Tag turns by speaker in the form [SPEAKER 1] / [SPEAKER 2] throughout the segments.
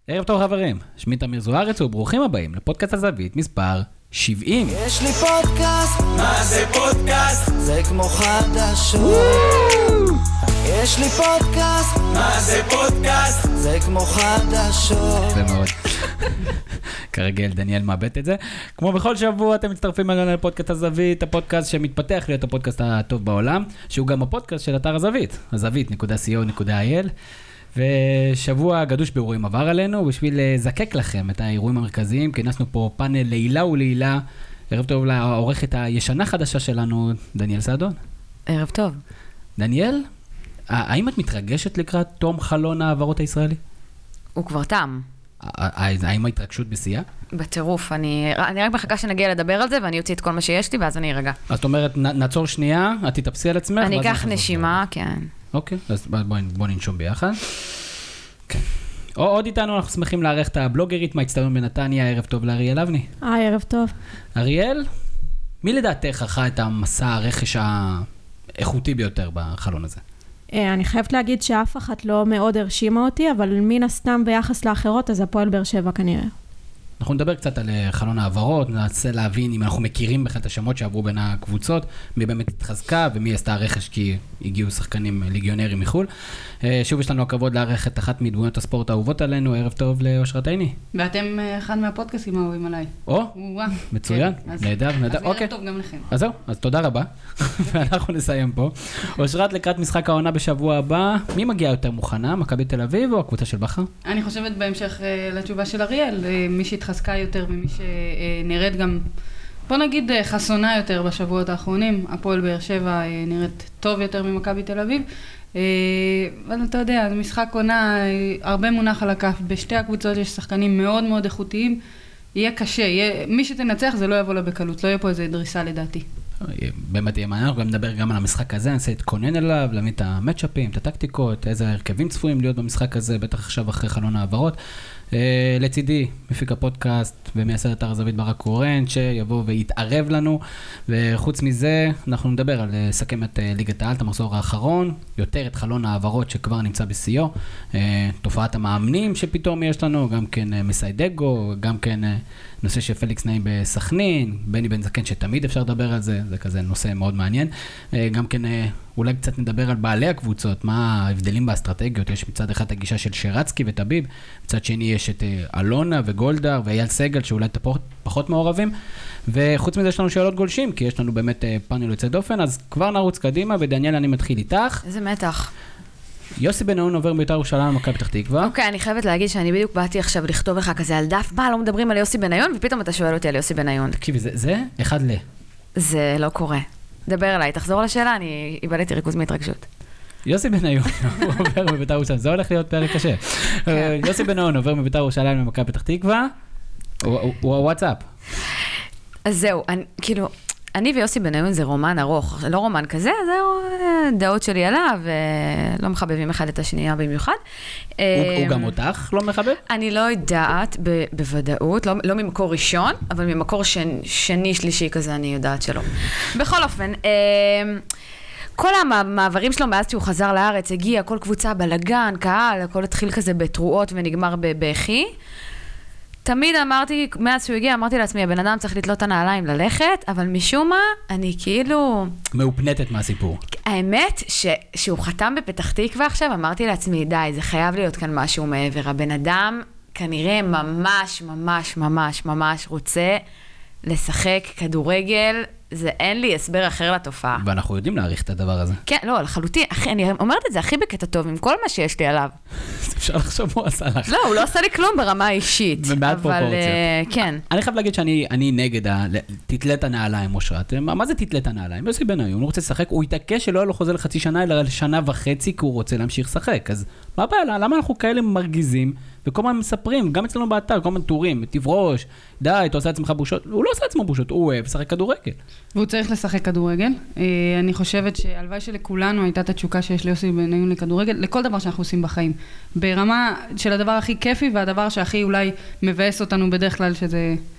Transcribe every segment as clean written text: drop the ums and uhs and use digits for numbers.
[SPEAKER 1] ערב טוב חברים, שמי תמיר זוארץ וברוכים הבאים לפודקאסט הזווית מספר 70.
[SPEAKER 2] יש לי פודקאסט, מה זה פודקאסט? זה כמו חדשות. יש לי פודקאסט, מה זה פודקאסט? זה כמו חדשות.
[SPEAKER 1] זה מאוד. כרגע דניאל מאבד את זה. כמו בכל שבוע אתם מצטרפים אלינו לפודקאסט הזווית, הפודקאסט שמתפתח להיות הפודקאסט הטוב בעולם, שהוא גם הפודקאסט של אתר הזווית, הזווית.co.il. ושבוע גדוש באירועים עבר עלינו, בשביל לזקק לכם את האירועים המרכזיים, כינסנו פה פאנל לעילה ולעילה. ערב טוב לעורכת הישנה חדשה שלנו, דניאל סעדון.
[SPEAKER 3] ערב טוב.
[SPEAKER 1] דניאל, האם את מתרגשת לקראת תום חלון העברות הישראלי?
[SPEAKER 3] הוא כבר תם.
[SPEAKER 1] האם ההתרגשות בשיאה?
[SPEAKER 3] בטירוף, אני רק מחכה שנגיע לדבר על זה, ואני אוציא את כל מה שיש לי, ואז אני ארגע.
[SPEAKER 1] אז זאת אומרת, נעצור שנייה, את תתאפסי על עצמך.
[SPEAKER 3] אני אקח נשימה, כן.
[SPEAKER 1] אוקיי, אז בוא ננשום ביחד. כן. עוד איתנו אנחנו שמחים לארח את הבלוגרית מהאצטדיון בנתניה. ערב טוב לאריאל אבני.
[SPEAKER 4] ערב טוב.
[SPEAKER 1] אריאל, מי לדעתך ערכה את המסע הרכש האיכותי ביותר בחלון הזה?
[SPEAKER 4] אני חייבת להגיד שאף אחת לא מאוד הרשימה אותי, אבל מן הסתם ביחס לאחרות, אז הפועל באר שבע כנראה.
[SPEAKER 1] אנחנו נדבר קצת על חלון העברות, ננסה להבין אם אנחנו מכירים בכלל את השמות שעברו בין הקבוצות, מי באמת התחזקה ומי עשתה הרכש כי הגיעו שחקנים ליגיונרים מחול. שוב יש לנו הכבוד לארח את אחת מדמויות הספורט האהובות עלינו. ערב טוב לאושרת עיני.
[SPEAKER 5] ואתם אחד מהפודקאסטים האהובים עליי.
[SPEAKER 1] מצוין, נהדר.
[SPEAKER 5] אז ערב טוב גם לכם.
[SPEAKER 1] אז זהו, אז תודה רבה. ואנחנו נסיים פה. אושרת, לקראת משחק העונה בשבוע הבא, מי מגיעה יותר מוכנה? מכבי תל אביב או הקבוצה של בכר?
[SPEAKER 5] אני חושבת בהמשך לתשובה של אריאל, מי שהתחזקה יותר ומי שנראית גם, בוא נגיד, חסונה יותר בשבועות האחרונים. הפועל באר שבע נראית טוב יותר ממכבי תל אביב. אבל אתה יודע, משחק עונה, הרבה מונח על הכף. בשתי הקבוצות יש שחקנים מאוד מאוד איכותיים. יהיה קשה, מי שתנצח זה לא יבוא לה בקלות, לא יהיה פה איזה דריסה לדעתי.
[SPEAKER 1] באמת יהיה מעניין, אנחנו גם נדבר גם על המשחק הזה, ננסה להתכונן אליו, להבין את המאצ'אפים, את הטקטיקות, איזה הרכבים צפויים להיות במשחק הזה, בטח עכשיו אחרי חלון העברות. לצידי, מפיק הפודקאסט ומייסד אתר הזווית ברק קורן, שיבוא ויתערב לנו, וחוץ מזה אנחנו נדבר על לסכם את ליגת העל, את המחזור האחרון, יותר את חלון העברות שכבר נמצא בשיאו, תופעת המאמנים שפתאום יש לנו, גם כן מסיידגו, גם כן נושא של פליקס נעים בסכנין, בני בן זקן שתמיד אפשר לדבר על זה, זה כזה נושא מאוד מעניין. גם כן אולי קצת נדבר על בעלי הקבוצות, מה ההבדלים באסטרטגיות. יש מצד אחד הגישה של שרצקי וטביב, מצד שני יש את אלונה וגולדהר ואייל סגל שאולי פחות מעורבים, וחוץ מזה יש לנו שאלות גולשים, כי יש לנו באמת פאנל יוצא דופן, אז כבר נרוץ קדימה, ודניאל אני מתחיל איתך.
[SPEAKER 3] איזה מתח.
[SPEAKER 1] יוסי בן-נון עובר בית"ר ירושלים למכבי פתח תקווה.
[SPEAKER 3] אוקיי, אני חייבת להגיד שאני בדיוק באתי עכשיו לכתוב לך כזה על דף, מה, לא מדברים על יוסי בן-נון, ופתאום אתה שואל אותי על יוסי בן-נון.
[SPEAKER 1] תקשיבי, זה אחד ל.
[SPEAKER 3] זה לא קורה. דבר אליי, תחזור לשאלה, אני איבדתי ריכוז מהתרגשות.
[SPEAKER 1] יוסי בן-נון עובר מבית"ר ירושלים, זה הולך להיות פרק קשה. יוסי בן-נון עובר מבית"ר ירושלים למכבי פתח תקווה, הוא הוואטסאפ.
[SPEAKER 3] אז זהו, כאילו, אני ויוסי בן-נון זה רומן ארוך, לא רומן כזה, זה דעות שלי עליו, ולא מחבבים אחד את השנייה במיוחד.
[SPEAKER 1] הוא גם אותך לא מחבב?
[SPEAKER 3] אני לא יודעת בוודאות, לא ממקור ראשון, אבל ממקור שני, שלישי כזה, אני יודעת שלא. בכל אופן, כל המעברים שלו מאז שהוא חזר לארץ, הגיע כל קבוצה בלגן, קהל, הכל התחיל כזה בתרועות ונגמר בבכי. תמיד אמרתי, מאז שהוא הגיע, אמרתי לעצמי, הבן אדם צריך לתלות את הנעליים ללכת, אבל משום מה, אני כאילו
[SPEAKER 1] מאופנטת מהסיפור.
[SPEAKER 3] האמת, שהוא חתם בפתח תקווה עכשיו, אמרתי לעצמי, די, זה חייב להיות כאן משהו מעבר. הבן אדם כנראה ממש, ממש, ממש, ממש רוצה לשחק כדורגל, זה אין לי הסבר אחר לתופעה.
[SPEAKER 1] ואנחנו יודעים להעריך את הדבר הזה.
[SPEAKER 3] כן, לא, לחלוטין, אחי, אני אומרת את זה הכי בקטע טוב, עם כל מה שיש לי עליו.
[SPEAKER 1] אפשר לחשוב הוא עשה לך.
[SPEAKER 3] לא, הוא לא עשה לי כלום ברמה האישית.
[SPEAKER 1] ומעט פרופורציות.
[SPEAKER 3] כן.
[SPEAKER 1] אני חייב להגיד שאני נגד תתלת הנעליים, אושרת. מה זה תתלת הנעליים? יוסי בן-נון, הוא רוצה לשחק, הוא התעקש שלא היה לו חוזה לחצי שנה, אלא לשנה וחצי, כי הוא רוצה להמשיך לשחק. אז מה הבעיה? למה אנחנו כאלה מרגיזים? וכל מה מספרים, גם אצלנו באתר, כל מה טורים, תברוש, די, אתה עושה לעצמך בושות. הוא לא עושה לעצמו בושות, הוא אוהב לשחק כדורגל.
[SPEAKER 5] והוא צריך לשחק כדורגל. אני חושבת שהלוואי שלכולנו הייתה את התשוקה שיש ליוסי בן-נון לכדורגל, לכל דבר שאנחנו עושים בחיים. ברמה של הדבר הכי כיפי, והדבר שהכי אולי מבאס אותנו בדרך כלל, שזה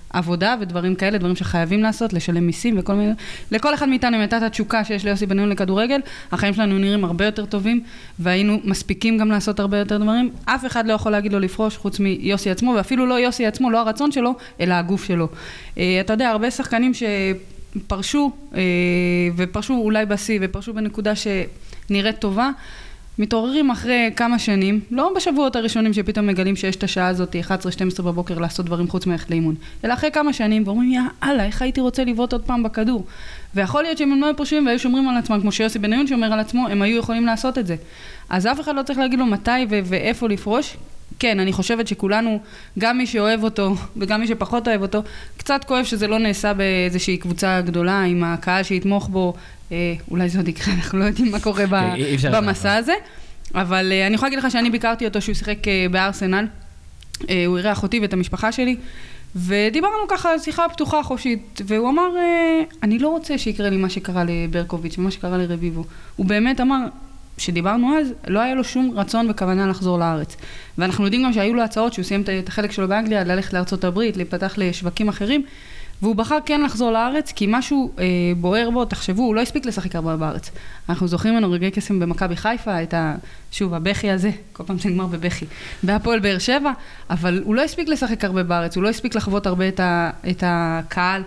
[SPEAKER 5] עבודה ודברים כאלה, דברים שחייבים לעשות, לשלם מיסים וכל מיני... לכל אחד מאיתנו, אם הייתה את התשוקה שיש ליוסי בניון לכדורגל, החיים שלנו נראים הרבה יותר טובים, והיינו מספיקים גם לעשות הרבה יותר דברים. אף אחד לא יכול להגיד לו לפרוש חוץ מיוסי עצמו, ואפילו לא יוסי עצמו, לא הרצון שלו, אלא הגוף שלו. אתה יודע, הרבה שחקנים שפרשו, ופרשו אולי בסי, ופרשו בנקודה שנראית טובה, מתעוררים אחרי כמה שנים, לא בשבועות הראשונים שפתאום מגלים שיש את השעה הזאת, 11-12 בבוקר, לעשות דברים חוץ מלכת לאימון. אלא אחרי כמה שנים, ואומרים, יאללה, איך הייתי רוצה לבעוט עוד פעם בכדור? ויכול להיות שהם לא היו פורשים והיו שומרים על עצמם, כמו שיוסי בניון שומר על עצמו, הם היו יכולים לעשות את זה. אז אף אחד לא צריך להגיד לו מתי ואיפה לפרוש. כן, אני חושבת שכולנו, גם מי שאוהב אותו וגם מי שפחות אוהב אותו, קצת כואב שזה לא נעשה באיזושהי קבוצה גדולה, עם הקהל שיתמוך בו, אולי זה עוד יקרה, אנחנו לא יודעים מה קורה במסע הזה, אבל אני יכולה להגיד לך שאני ביקרתי אותו שהוא שיחק בארסנל, הוא אירח אותי ואת המשפחה שלי, ודיברנו ככה שיחה פתוחה חופשית, והוא אמר, אני לא רוצה שיקרה לי מה שקרה לברקוביץ' ומה שקרה לרביבו. הוא באמת אמר, שדיברנו אז, לא היה לו שום רצון וכוונה לחזור לארץ. ואנחנו יודעים גם שהיו לו הצעות שהוא סיים את החלק שלו באנגליה, ללכת לארצות הברית, להיפתח לשווקים אחרים, והוא בחר כן לחזור לארץ, כי משהו בוער בו, תחשבו, הוא לא הספיק לשחק הרבה בארץ. אנחנו זוכרים לנו רגעי קסם במכבי חיפה, את שוב, הבכי הזה, כל פעם זה נגמר בבכי, בהפועל באר שבע, אבל הוא לא הספיק לשחק הרבה בארץ, הוא לא הספיק לחוות הרבה את הקהל,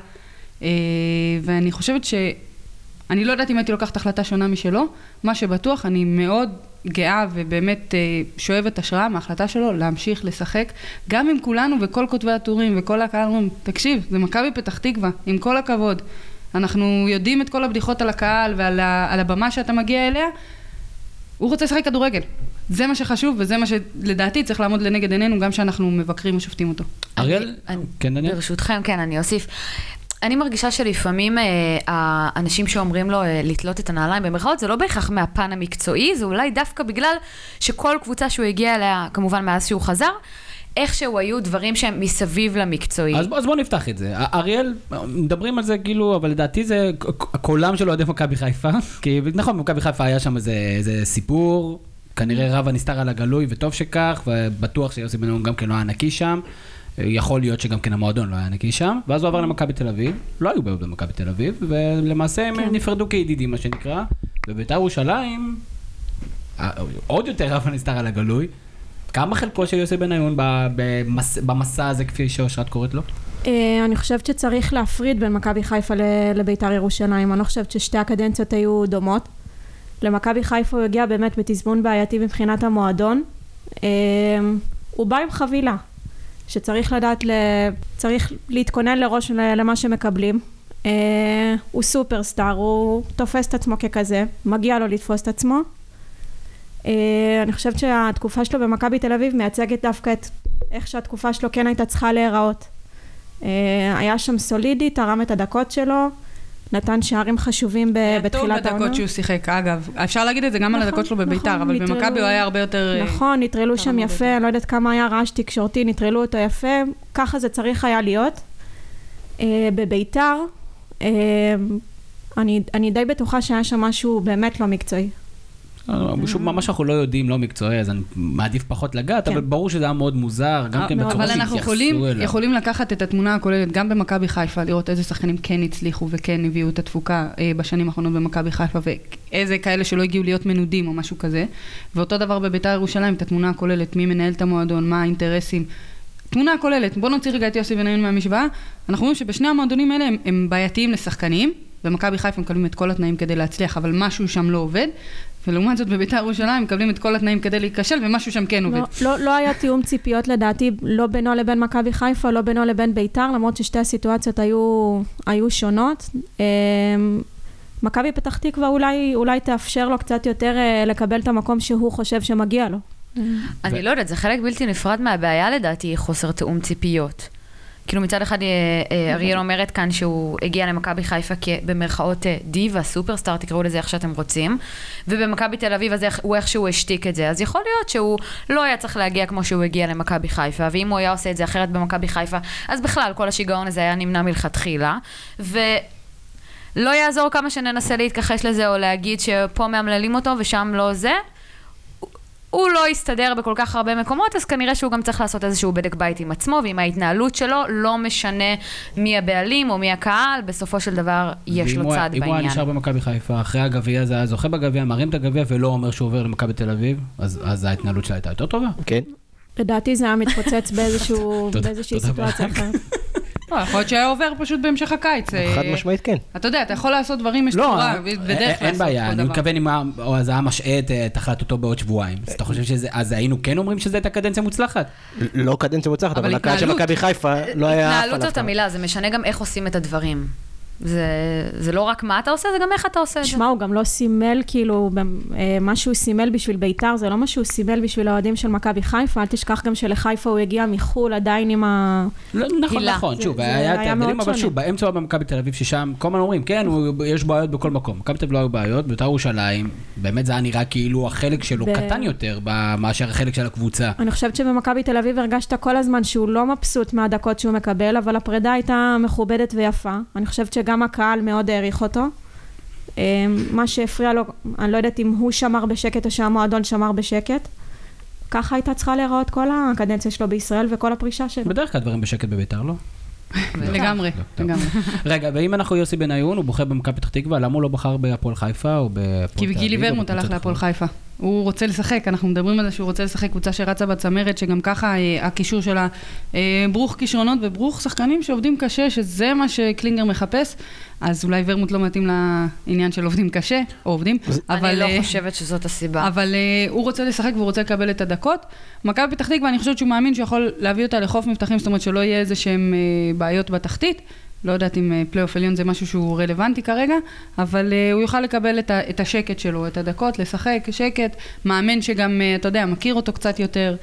[SPEAKER 5] ואני חושבת אני לא יודעת אם הייתי לוקחת החלטה שונה משלו, מה שבטוח, אני מאוד גאה ובאמת שואבת השראה מההחלטה שלו להמשיך לשחק, גם עם כולנו וכל כותבי הטורים וכל הקהל אומרים, תקשיב, זה מכבי פתח תקווה, עם כל הכבוד. אנחנו יודעים את כל הבדיחות על הקהל ועל הבמה שאתה מגיע אליה, הוא רוצה לשחק כדורגל. זה מה שחשוב וזה מה שלדעתי צריך לעמוד לנגד עינינו, גם שאנחנו מבקרים ושופטים אותו.
[SPEAKER 1] אריאל? כן, דניאל?
[SPEAKER 3] ברשותכם, כן, אני אוסיף. אני מרגישה שלפעמים האנשים שאומרים לו לתלות את הנעליים במרכאות, זה לא בהכרח מהפן המקצועי, זה אולי דווקא בגלל שכל קבוצה שהוא הגיע אליה, כמובן מאז שהוא חזר, איכשהו היו דברים שהם מסביב למקצועי.
[SPEAKER 1] אז בואו נפתח את זה. אריאל, מדברים על זה כאילו, אבל לדעתי זה הקולם שלו עדיף מכבי חיפה, כי נכון, מכבי חיפה היה שם איזה סיפור, כנראה רב הנסתר על הגלוי, וטוב שכך, ובטוח שיוסי בניון גם כן לא היה נקי שם, יכול להיות שגם כן המועדון לא היה נקי שם, ואז הוא עבר למכבי תל אביב, לא היו בעוד במכבי תל אביב, ולמעשה הם נפרדו כידידים, מה שנקרא, ובית"ר ירושלים, עוד יותר רב הנסתר על הגלוי, כמה חלקו של יוסי בניון במסע הזה, כפי שאושרת קוראת לו?
[SPEAKER 4] אני חושבת שצריך להפריד בין מכבי חיפה לבית"ר ירושלים, אני לא חושבת ששתי הקדנציות היו דומות, למכבי חיפה הוא הגיע באמת בתזמון בעייתי מבחינת המועדון, הוא בא עם חבילה, שצריך לדעת, צריך להתכונן לראש למה שמקבלים. הוא סופרסטאר, הוא תופס את עצמו ככזה, מגיע לו לתפוס את עצמו. אני חושבת שהתקופה שלו במכבי תל אביב מייצגת דווקא את איך שהתקופה שלו כן הייתה צריכה להיראות. היה שם סולידי, תרם את הדקות שלו, נתן שערים חשובים בתחילת העונה.
[SPEAKER 5] היה טוב בדקות שהוא שיחק, אגב. אפשר להגיד את זה גם על הדקות שלו בביתר, אבל במכבי הוא היה הרבה יותר...
[SPEAKER 4] נכון, נטרלו שם יפה, אני לא יודעת כמה היה רעש תקשורתי, נטרלו אותו יפה, ככה זה צריך היה להיות. בביתר, אני די בטוחה שהיה שם משהו באמת לא מקצועי.
[SPEAKER 1] מה שאנחנו לא יודעים, לא מקצועי, אז אני מעדיף פחות לגעת, אבל ברור שזה היה מאוד מוזר, גם כן בצורה שהתייחסו אליו. אבל
[SPEAKER 5] אנחנו יכולים לקחת את התמונה הכוללת, גם במכבי חיפה, לראות איזה שחקנים כן הצליחו וכן הביאו את התפוקה בשנים האחרונות במכבי חיפה, ואיזה כאלה שלא הגיעו להיות מנודים או משהו כזה. ואותו דבר בביתר ירושלים, את התמונה הכוללת, מי מנהל את המועדון, מה האינטרסים. תמונה הכוללת, בוא נוציא רגע את יוסי בניון מהמשוואה. אנחנו רואים שבשני המועדונים האלה הם בעייתיים לשחקנים, במכבי חיפה מקבלים את כל התנאים כדי להצליח, אבל משהו שם לא עובד. ולעומת זאת בבית"ר ירושלים מקבלים את כל התנאים כדי להיכשל, ומשהו שם כן עובד.
[SPEAKER 4] לא היה תיאום ציפיות לדעתי, לא בינו לבין מכבי חיפה, לא בינו לבין בית"ר, למרות ששתי הסיטואציות היו שונות. מכבי פתח תקווה אולי תאפשר לו קצת יותר לקבל את המקום שהוא חושב שמגיע לו.
[SPEAKER 3] אני לא יודעת, זה חלק בלתי נפרד מהבעיה לדעתי, חוסר תיאום ציפיות. כאילו מצד אחד אריאל אומרת כאן שהוא הגיע למכבי חיפה במרכאות דיבה, סופרסטאר, תקראו לזה איך שאתם רוצים, ובמכבי תל אביב אז הוא איכשהו השתיק את זה, אז יכול להיות שהוא לא היה צריך להגיע כמו שהוא הגיע למכבי חיפה, ואם הוא היה עושה את זה אחרת במכבי חיפה, אז בכלל כל השיגעון הזה היה נמנע מלכתחילה, ולא יעזור כמה שננסה להתכחש לזה או להגיד שפה מאמללים אותו ושם לא זה, הוא לא יסתדר בכל כך הרבה מקומות, אז כנראה שהוא גם צריך לעשות איזשהו בדק בית עם עצמו, ועם ההתנהלות שלו, לא משנה מי הבעלים או מי הקהל, בסופו של דבר יש לו צד בעניין.
[SPEAKER 1] אם הוא נשאר במכבי חיפה, אחרי הגביע זה היה זוכה בגביע, מרים את הגביע ולא אומר שהוא עובר למכבי תל אביב, אז ההתנהלות שלה הייתה יותר טובה.
[SPEAKER 6] כן.
[SPEAKER 4] לדעתי זה היה מתפוצץ באיזושהי סיטואציה אחרת.
[SPEAKER 5] יכול להיות שהיה עובר פשוט בהמשך הקיץ.
[SPEAKER 6] חד משמעית כן.
[SPEAKER 5] אתה יודע, אתה יכול לעשות דברים משתורה, בדרך כלל
[SPEAKER 1] אין בעיה, אני מתכוון אם זה היה משעה את החלטתו בעוד שבועיים. אז אתה חושב אז היינו כן אומרים שזה הייתה קדנציה מוצלחת?
[SPEAKER 6] לא קדנציה מוצלחת, אבל הקהל של מכבי חיפה לא היה...
[SPEAKER 3] התנהלות זאת המילה, זה משנה גם איך עושים את הדברים. זה לא רק מה אתה עושה, זה גם איך אתה עושה את זה.
[SPEAKER 4] שמע, הוא גם לא סימל, כאילו, מה שהוא סימל בשביל ביתר, זה לא מה שהוא סימל בשביל האוהדים של מכבי חיפה, אל תשכח גם שלחיפה הוא הגיע מחול עדיין עם ה...
[SPEAKER 1] נכון, שוב, היה תהדלים, אבל שוב, באמצע במכבי תל אביב, ששם, כל הזמן אומרים, כן, יש בעיות בכל מקום. מכבי תל אביב לא היו בעיות, ביתר ירושלים, באמת זה היה נראה כאילו החלק שלו קטן יותר, מאשר החלק של הקבוצה.
[SPEAKER 4] אני חושבת שבמכבי תל אביב הרגשת כל הזמן שהוא לא מבסוט מהדקות שהוא מקבל, אבל הפרידה הייתה מכובדת ויפה. אני חושבת שגם הקהל מאוד העריך אותו. מה שהפריע לו, אני לא יודעת אם הוא שמר בשקט או שהמועדון שמר בשקט. ככה הייתה צריכה להיראות כל הקדנציה שלו בישראל וכל הפרישה שלו.
[SPEAKER 1] בדרך כלל דברים בשקט בביתר, לא?
[SPEAKER 5] לגמרי, לגמרי.
[SPEAKER 1] רגע, ואם אנחנו יוסי בניון, הוא בוחר במכבי פתח תקווה, למה הוא לא בחר בהפועל חיפה או בהפועל תל אביב?
[SPEAKER 5] כי גילי ורמוט הלך להפועל חיפה. הוא רוצה לשחק, אנחנו מדברים על זה שהוא רוצה לשחק קבוצה שרצה בצמרת, שגם ככה הקישור שלה ברוך כישרונות וברוך שחקנים שעובדים קשה, שזה מה שקלינגר מחפש, אז אולי ורמוט לא מתאים לעניין של עובדים קשה, או עובדים.
[SPEAKER 3] אני לא חושבת שזאת הסיבה.
[SPEAKER 5] אבל הוא רוצה לשחק והוא רוצה לקבל את הדקות. מכבי פתח תקווה, אני חושבת שהוא מאמין שיכול להביא אותה לחוף מבטחים, זאת אומרת שלא יהיה איזה שהם בעיות בתחתית. לא יודעת אם פלייאוף עליון זה משהו שהוא רלוונטי כרגע, אבל הוא יוכל לקבל את השקט שלו, את הדקות, לשחק, שקט, מאמן שגם, אתה יודע, מכיר אותו קצת יותר,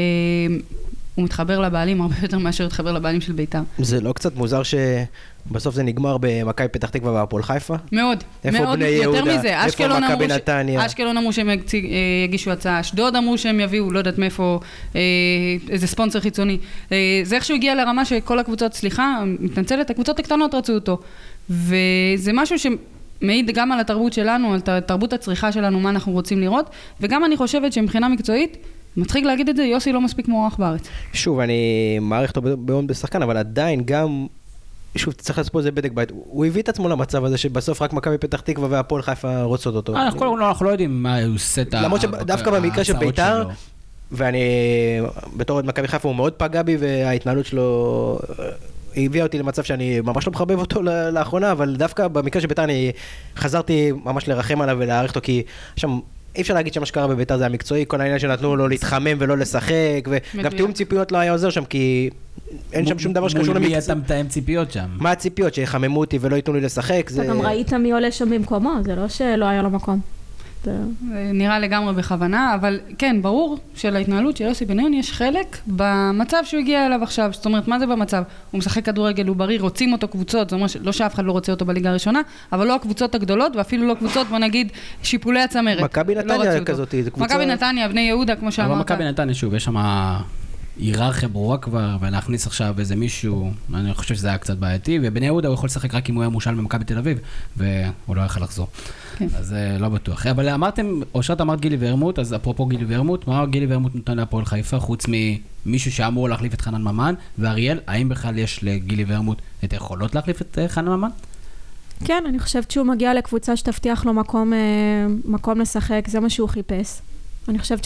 [SPEAKER 5] הוא מתחבר לבעלים הרבה יותר מאשר להתחבר לבעלים של ביתר. זה
[SPEAKER 6] לא קצת מוזר שבסוף זה נגמר במכבי פתח תקווה והפועל חיפה?
[SPEAKER 5] מאוד, מאוד, יותר מזה.
[SPEAKER 6] איפה מכבי נתניה?
[SPEAKER 5] אשקלון אמרו שהם יגישו הצעה, אשדוד אמרו שהם יביאו, לא יודעת מאיפה, איזה ספונסר חיצוני. זה איכשהו הגיע לרמה שכל הקבוצות, סליחה, מתנצלת, הקבוצות הקטנות רצו אותו. וזה משהו שמעיד גם על התרבות שלנו, על תרבות הצריכה שלנו, מה אנחנו רוצים לראות, וגם אני חושבת שמבחינה מקצועית, מצחיק להגיד את זה, יוסי לא מספיק מוערך בארץ.
[SPEAKER 6] שוב, אני מעריך אותו מאוד בשחקן, אבל עדיין גם, שוב, צריך לעשות פה איזה בדק בית. הוא הביא את עצמו למצב הזה שבסוף רק מכבי פתח תקווה והפועל חיפה רוצות אותו.
[SPEAKER 1] אנחנו לא יודעים מה הוא עושה את
[SPEAKER 6] למרות שדווקא במקרה של ביתר, ואני בתור מכבי חיפה הוא מאוד פגע בי, וההתנהלות שלו הביאה אותי למצב שאני ממש לא מחבב אותו לאחרונה, אבל דווקא במקרה של ביתר אני חזרתי ממש לרחם עליו ולהעריך אותו, כי שם אי אפשר להגיד שמה שקרה בביתר זה המקצועי, כל העניין שנתנו לו להתחמם ולא לשחק, וגם תיאום ציפיות לא היה עוזר שם, כי אין שם שום דבר שקשור
[SPEAKER 1] למקצוע. מול מי אתה מתאם ציפיות שם?
[SPEAKER 6] מה הציפיות? שיחממו אותי ולא ייתנו לי לשחק?
[SPEAKER 4] אתה גם ראית מי עולה שם במקומו, זה לא שלא היה לו מקום.
[SPEAKER 5] נראה לגמרי בכוונה, אבל כן, ברור שלהתנהלות של יוסי בניון יש חלק במצב שהוא הגיע אליו עכשיו. זאת אומרת, מה זה במצב? הוא משחק כדורגל, הוא בריא, רוצים אותו קבוצות, זאת אומרת, לא שאף אחד לא רוצה אותו בליגה הראשונה, אבל לא הקבוצות הגדולות, ואפילו לא קבוצות, בוא נגיד, שיפולי הצמרת.
[SPEAKER 6] מכבי נתניה כזאת, זה קבוצה...
[SPEAKER 5] מכבי נתניה, בני יהודה, כמו שאמרת.
[SPEAKER 1] אבל מכבי נתניה, שוב, יש שם היררכיה ברורה כבר, ולהכניס עכשיו איזה מישהו, אני חושב שזה היה קצת בעייתי, ובני יהודה הוא יכול לשחק רק אם הוא היה מושל במכבי תל אביב, והוא לא יכול לחזור. אז לא בטוח. אבל אמרתם, אושרת אמרת גילי ורמוט, אז אפרופו גילי ורמוט, מה גילי ורמוט נותן להפועל חיפה, חוץ ממישהו שאמור להחליף את חנן ממן, ואריאל, האם בכלל יש לגילי ורמוט את היכולות להחליף את חנן ממן?
[SPEAKER 4] כן, אני חושבת שהוא מגיע לקבוצה שתבטיח לו מקום לשחק, זה מה שהוא חיפש. אני חושבת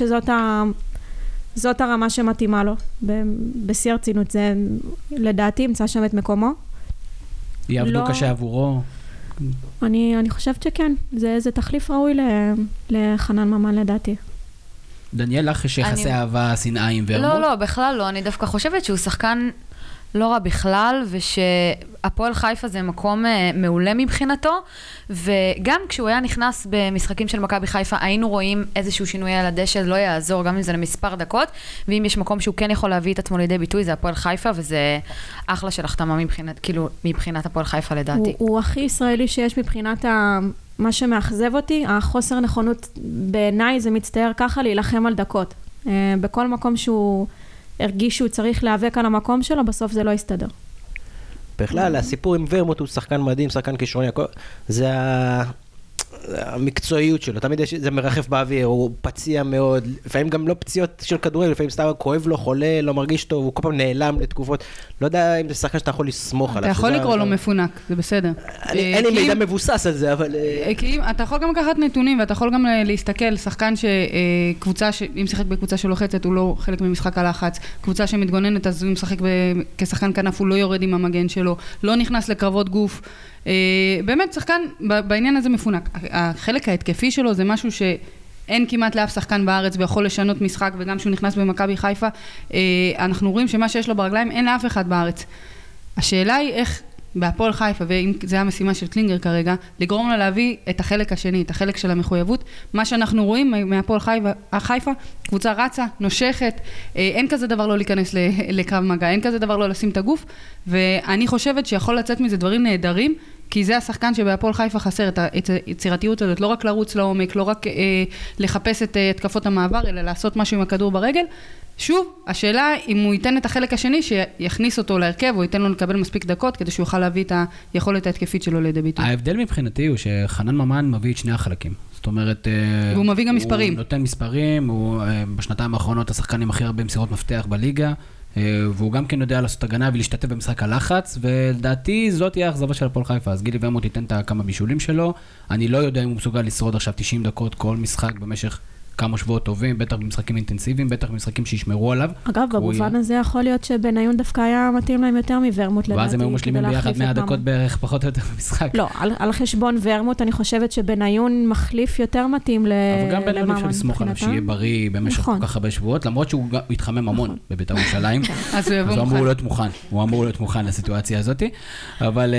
[SPEAKER 4] שזאת הרמה שמתאימה לו, בשיא הרצינות, זה לדעתי ימצא שם את מקומו.
[SPEAKER 1] יעבדו קשה עבורו?
[SPEAKER 4] אני חושבת שכן, זה תחליף ראוי לחנן ממן לדעתי.
[SPEAKER 1] דניאל, לך יש יחסי אהבה, שנאה עם ורמוט?
[SPEAKER 3] לא, בכלל לא, אני דווקא חושבת שהוא שחקן לא רע בכלל, ושהפועל חיפה זה מקום מעולה מבחינתו, וגם כשהוא היה נכנס במשחקים של מכבי חיפה, היינו רואים איזשהו שינוי על הדשא, לא יעזור, גם אם זה למספר דקות, ואם יש מקום שהוא כן יכול להביא את עצמו לידי ביטוי, זה הפועל חיפה, וזה אחלה של החתמה מבחינת הפועל חיפה לדעתי.
[SPEAKER 4] הוא הכי ישראלי שיש מבחינת מה שמאכזב אותי, החוסר נכונות בעיניי זה מצטער ככה להילחם על דקות. בכל מקום שהוא הרגיש שהוא צריך להיאבק על המקום שלו, בסוף זה לא יסתדר.
[SPEAKER 6] בכלל, הסיפור עם ורמוט הוא שחקן מדהים, שחקן כישרוני, זה המקצועיות שלו, תמיד זה מרחף באוויר, הוא פציע מאוד, לפעמים גם לא פציעות של כדורגל, לפעמים סתם כואב לו, חולה, לא מרגיש טוב, הוא כל פעם נעלם לתקופות, לא יודע אם זה שחקן שאתה יכול לסמוך עליו.
[SPEAKER 5] אתה יכול לקרוא לו מפונק, זה בסדר.
[SPEAKER 6] אין לי מידע מבוסס על זה, אבל...
[SPEAKER 5] כי אתה יכול גם לקחת נתונים, ואתה יכול גם להסתכל, שחקן שקבוצה, אם שיחק בקבוצה שלוחצת, הוא לא חלק ממשחק הלחץ, קבוצה שמתגוננת, אז הוא משחק כשחקן כנף, הוא לא יורד עם המגן שלו, לא נכנס לקרבות גוף. באמת, שחקן בעניין הזה מפונק. החלק ההתקפי שלו זה משהו שאין כמעט לאף שחקן בארץ ויכול לשנות משחק, וגם שהוא נכנס במכבי חיפה, אנחנו רואים שמה שיש לו ברגליים אין לאף אחד בארץ. השאלה היא איך בהפועל חיפה, ואם זה המשימה של קלינגר כרגע, לגרום לה להביא את החלק השני, את החלק של המחויבות. מה שאנחנו רואים מהפועל חיפה, קבוצה רצה, נושכת, אין כזה דבר לא להיכנס לקרב מגע, אין כזה דבר לא לשים את הגוף, ואני חושבת שיכול לצאת מזה דברים נהדרים, כי זה השחקן שבהפועל חיפה חסר את היצירתיות הזאת, לא רק לרוץ לעומק, לא רק לחפש את התקפות המעבר, אלא לעשות משהו עם הכדור ברגל. שוב, השאלה אם הוא ייתן את החלק השני, שיכניס אותו להרכב, או ייתן לו לקבל מספיק דקות, כדי שהוא יוכל להביא את היכולת ההתקפית שלו לידי ביטוי.
[SPEAKER 1] ההבדל מבחינתי הוא שחנן ממן מביא את שני החלקים. זאת אומרת...
[SPEAKER 5] והוא מביא גם מספרים.
[SPEAKER 1] הוא נותן מספרים, הוא בשנתיים האחרונות השחקן עם הכי הרבה מסירות מפתח בליגה, והוא גם כן יודע לעשות הגנה ולהשתתף במשחק הלחץ, ולדעתי זאת תהיה האכזבה של הפועל חיפה. אז גילי ורמוט ייתן את כמה בישולים שלו, אני לא יודע אם הוא מסוגל לשרוד עכשיו 90 דקות כל משחק במשך כמה שבועות טובים, בטח במשחקים אינטנסיביים, בטח במשחקים שישמרו עליו.
[SPEAKER 4] אגב, במובן הזה יכול להיות שבניון דווקא היה מתאים להם יותר מוורמוט לדעתי.
[SPEAKER 1] ואז הם היו משלימים ביחד 100 דקות בערך, פחות או יותר במשחק.
[SPEAKER 4] לא, על חשבון וורמוט, אני חושבת שבניון מחליף יותר מתאים לממן.
[SPEAKER 1] אבל גם בניון אפשר לסמוך עליו שיהיה בריא במשך כל כך הרבה שבועות, למרות שהוא התחמם המון בבית"ר ירושלים. אז הוא אמור להיות מוכן. הוא אמור להיות מוכן לסיטואציה הזאת. אבל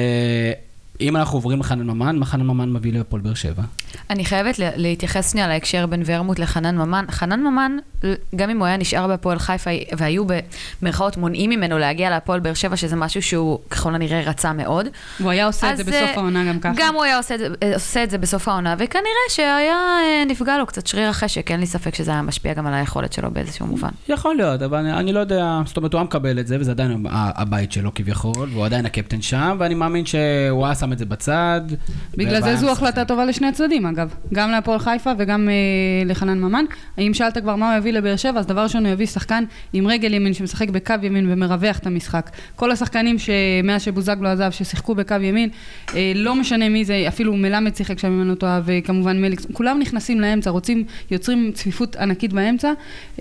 [SPEAKER 1] אם אנחנו עוברים לחנן ממן, מה חנן ממן מביא להפועל באר שבע?
[SPEAKER 3] אני חייבת להתייחס שנייה להקשר בין ורמוט לחנן ממן. חנן ממן, גם אם הוא היה נשאר בהפועל חיפה, והיו במרכאות מונעים ממנו להגיע להפועל באר שבע, שזה משהו שהוא ככל הנראה רצה מאוד.
[SPEAKER 5] הוא היה עושה את זה בסוף העונה גם ככה.
[SPEAKER 3] גם הוא היה עושה את זה בסוף העונה, וכנראה שהיה נפגע לו קצת שריר החשק, אין לי ספק שזה היה משפיע גם על היכולת שלו באיזשהו מובן.
[SPEAKER 1] יכול להיות, אבל אני לא יודע, זאת אומרת, הוא מקבל את זה, וזה עדיין הבית שלו כביכול, והוא עדיין הקפטן שם, ואני מאמין שהוא היה שם את זה בצד.
[SPEAKER 5] בגלל זה זו החלטה טובה לשני הצדדים, אגב. גם להפועל חיפה וגם לחנן ממן. אם שאלת כבר מה הוא יביא לבאר שבע, אז דבר ראשון הוא יביא שחקן עם רגל ימין שמשחק בקו ימין ומרווח את המשחק. כל השחקנים שמאז שבוזגלו עזב, ששיחקו בקו ימין, לא משנה מי זה, אפילו מלמד שיחק שם ממנו טועה, וכמובן מליקס, כולם נכנסים לאמצע, יוצרים צפיפות ענקית באמצע,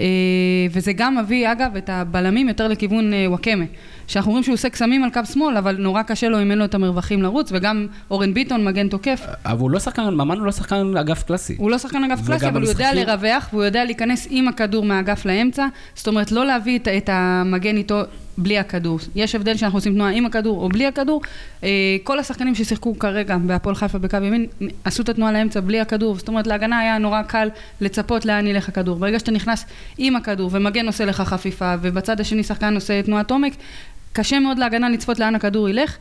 [SPEAKER 5] וזה גם מביא, אגב, את הבלמים יותר לכיוון וואקמה. שאנחנו רואים שהוא עושה קסמים על קו שמאל, אבל נורא קשה לו אם אין לו את המרווחים לרוץ, וגם אורן ביטון, מגן תוקף.
[SPEAKER 1] אבל הוא לא שחקן, ממן הוא לא שחקן אגף קלאסי.
[SPEAKER 5] הוא לא שחקן אגף קלאסי, אבל הוא יודע לרווח, והוא יודע להיכנס עם הכדור מהאגף לאמצע, זאת אומרת, לא להביא את המגן איתו בלי הכדור. יש הבדל שאנחנו עושים תנועה עם הכדור או בלי הכדור. כל השחקנים ששיחקו כרגע בהפועל חיפה בקו ימין, עשו את התנועה לאמצע בלי הכדור, זאת אומרת, להגנה היה נורא קל לצפות לאן ילך הכדור. ברגע שאתה נכנס עם הכדור ומגן עושה לך חפיפה, ובצד השני שחקן עושה תנועת עומק, קשה מאוד להגנה לצפות לאן הכדור ילך,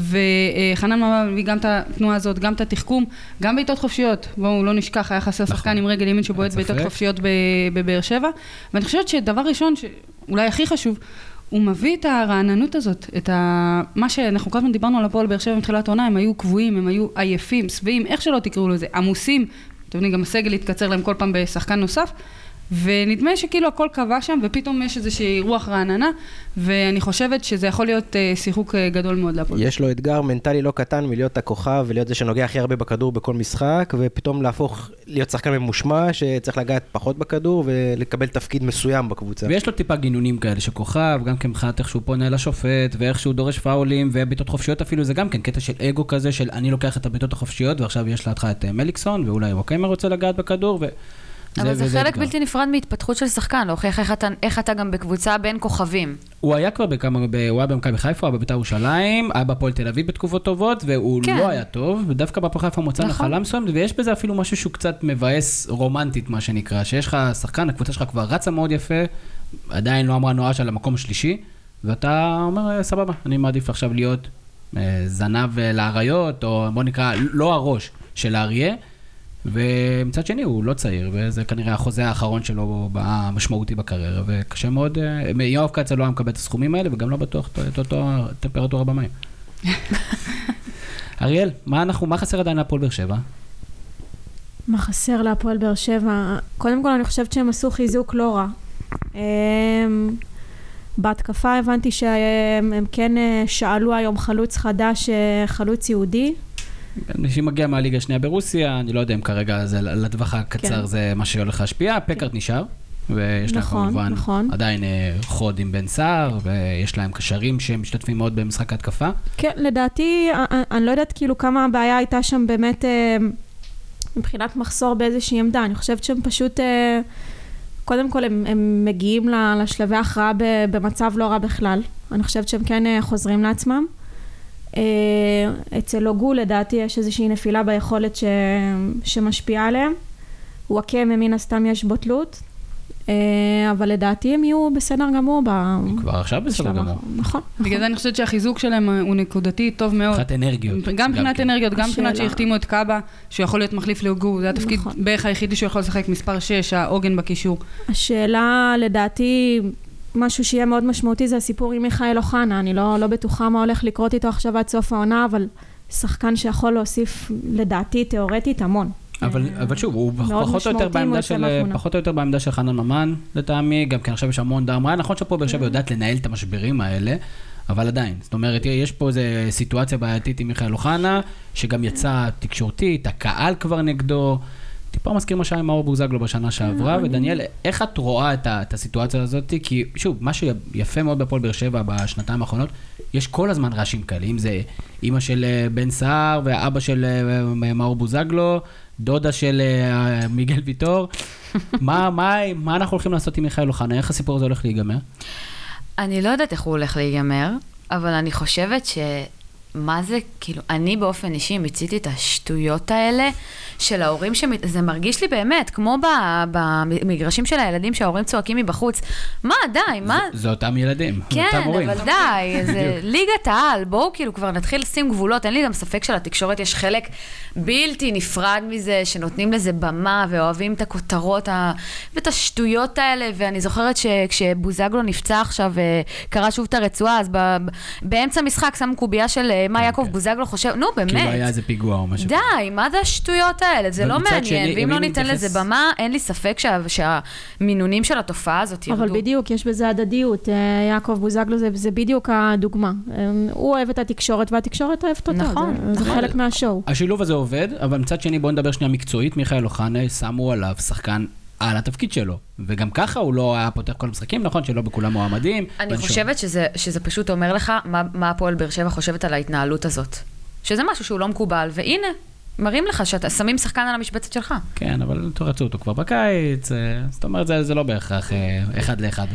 [SPEAKER 5] וחנן ממן מביא גם את התנועה הזאת, גם את התחכום, גם בעיטות חופשיות. בואו לא נשכח, היה חסר שחקן עם רגל ימין שבועט בעיטות חופשיות בבאר שבע, ואני חושבת שדבר ראשון, שאולי הכי חשוב, הוא מביא את הרעננות הזאת, מה שאנחנו כל הזמן דיברנו על הפועל באר שבע מתחילת העונה, הם היו קבועים, הם היו עייפים, שבעים, איך שלא תקראו לזה, עמוסים, אתם יודעים, גם הסגל יתקצר להם כל פעם בשחקן נוסף, ונדמה שכאילו הכל קבע שם, ופתאום יש איזושהי רוח רעננה, ואני חושבת שזה יכול להיות שיחוק גדול מאוד להפועל.
[SPEAKER 6] יש לו אתגר מנטלי לא קטן מלהיות הכוכב, ולהיות זה שנוגע הכי הרבה בכדור בכל משחק, ופתאום להפוך להיות שחקן ממושמע, שצריך לגעת פחות בכדור, ולקבל תפקיד מסוים בקבוצה.
[SPEAKER 1] ויש לו טיפה גינונים כאלה שכוכב, גם כמחת איך שהוא פונה לשופט, ואיך שהוא דורש פאולים, וביתות חופשיות אפילו, זה גם כן קטע של אגו כזה, של אני לוקח את הביתות החופשיות, ועכשיו יש להתחלה את מליקסון, ואולי וואקמה רוצה לגעת בכדור,
[SPEAKER 3] אבל זה חלק בלתי נפרד מהתפתחות של שחקן, להוכיח איך אתה גם בקבוצה בין כוכבים.
[SPEAKER 1] הוא היה כבר הוא היה במכבי חיפה, הוא היה בבית"ר ירושלים, היה בהפועל תל אביב בתקופות טובות, והוא לא היה טוב, ודווקא בהפועל חיפה מוצא נחלה מסוימת, ויש בזה אפילו משהו שהוא קצת מבאס רומנטית, מה שנקרא, שיש לך שחקן, הקבוצה שלך כבר רצה מאוד יפה, עדיין לא אמרה נואש על המקום השלישי, ואתה אומר, סבבה, אני מעדיף עכשיו להיות זנב לאריות, או בוא נקרא, לא הראש של האריה, ומצד שני הוא לא צעיר, וזה כנראה החוזה האחרון שלו המשמעותי בקריירה, וקשה מאוד, יואב קצה לא היה מקבל את הסכומים האלה, וגם לא בטוח את אותו טמפרטורה במים. אריאל, מה חסר עדיין להפועל באר שבע?
[SPEAKER 4] מה חסר להפועל באר שבע? קודם כל אני חושבת שהם עשו חיזוק לא רע. בהתקפה הבנתי שהם כן שאלו היום חלוץ חדש, חלוץ יהודי.
[SPEAKER 1] שאם מגיע מהליגה השנייה ברוסיה, אני לא יודע אם כרגע זה לטווח הקצר זה מה שהולך להשפיע, פקארט נשאר, ויש להם כמובן עדיין חוד עם בן סער, ויש להם קשרים שהם משתתפים מאוד במשחק ההתקפה.
[SPEAKER 4] כן, לדעתי, אני לא יודעת כאילו כמה הבעיה הייתה שם באמת מבחינת מחסור באיזושהי עמדה, אני חושבת שהם פשוט, קודם כל הם מגיעים לשלבי ההכרעה במצב לא רע בכלל, אני חושבת שהם כן חוזרים לעצמם. אצל לוגו לדעתי יש איזושהי נפילה ביכולת שמשפיעה עליהם, הוא עקם מן הסתם יש בו תלות, אבל לדעתי הם יהיו בסדר גמור.
[SPEAKER 1] כבר עכשיו בסדר גמור.
[SPEAKER 4] נכון.
[SPEAKER 5] בגלל זה אני חושבת שהחיזוק שלהם הוא נקודתי טוב מאוד.
[SPEAKER 1] מבחינת אנרגיות.
[SPEAKER 5] גם מבחינת אנרגיות, גם מבחינת שהחתימו את קאבה, שיכול להיות מחליף לוגו, זה התפקיד בערך היחידי שהוא יכול לשחק מספר 6, העוגן בקישור.
[SPEAKER 4] השאלה לדעתי, משהו שיהיה מאוד משמעותי זה הסיפור עם מיכאל אוחנה, אני לא בטוחה מה הולך לקרות איתו עכשיו עד סוף העונה, אבל שיכול להוסיף לדעתי תיאורטית המון.
[SPEAKER 1] אבל שוב, הוא פחות או יותר בעמדה של חנן ממן, לטעמי, גם כן עכשיו יש המון דרמה, נכון שפה באר שבע יודעת לנהל את המשברים האלה, אבל עדיין, זאת אומרת, יש פה איזו סיטואציה בעייתית עם מיכאל אוחנה, שגם יצא תקשורתית, הקהל כבר נגדו, טיפה מזכיר מה שהיה עם מאור בוזגלו בשנה שעברה, ודניאל, איך את רואה את הסיטואציה הזאת? כי שוב, מה שיפה מאוד בפועל באר שבע בשנתיים האחרונות, יש כל הזמן רעשים כאלה, אם זה אמא של בן סער ואבא של מאור בוזגלו, דודה של מיגל ויטור, מה אנחנו הולכים לעשות עם מיכאל אוחנה? איך הסיפור הזה הולך להיגמר?
[SPEAKER 3] אני לא יודעת איך הוא הולך להיגמר, אבל אני חושבת מה זה, כאילו, אני באופן אישי מציתי את השטויות האלה של ההורים, זה מרגיש לי באמת, כמו במגרשים של הילדים שההורים צועקים מבחוץ, מה, די, מה?
[SPEAKER 1] זה אותם ילדים,
[SPEAKER 3] כן,
[SPEAKER 1] אותם הורים.
[SPEAKER 3] אבל די, זה ליגת העל, בואו כאילו כבר נתחיל לשים גבולות, אין לי גם ספק של התקשורת, יש חלק בלתי נפרד מזה, שנותנים לזה במה, ואוהבים את הכותרות, ואת השטויות האלה, ואני זוכרת שכשבוזגלו נפצע עכשיו, וקרא שוב את הרצועה, אז באמצע משחק שמו קוביה של מה יעקב בוזגלו חושב, נו באמת.
[SPEAKER 1] כאילו היה איזה פיגוע או משהו.
[SPEAKER 3] די, מה זה השטויות האלה? זה לא מעניין, ואם לא ניתן לזה במה, אין לי ספק שהמינונים של התופעה הזאת ירדו.
[SPEAKER 4] אבל בדיוק, יש בזה הדדיות. יעקב בוזגלו זה בדיוק הדוגמה. הוא אוהב את התקשורת, והתקשורת אוהבת אותה.
[SPEAKER 3] נכון.
[SPEAKER 4] זה חלק מהשואו.
[SPEAKER 1] השילוב הזה עובד, אבל מצד שני בואו נדבר שנייה מקצועית, מיכאל אוחנה שמו עליו שחקן על התפקיד שלו, וגם ככה הוא לא היה פותח כל המשחקים, נכון שלא בכולם מועמדים.
[SPEAKER 3] אני חושבת שזה פשוט אומר לך מה הפועל באר שבע חושבת על ההתנהלות הזאת. שזה משהו שהוא לא מקובל, והנה, מראים לך שאתה שמים שחקן על המשבצת שלך.
[SPEAKER 1] כן, אבל רצו אותו כבר בקיץ, זאת אומרת, זה לא בהכרח אחד לאחד.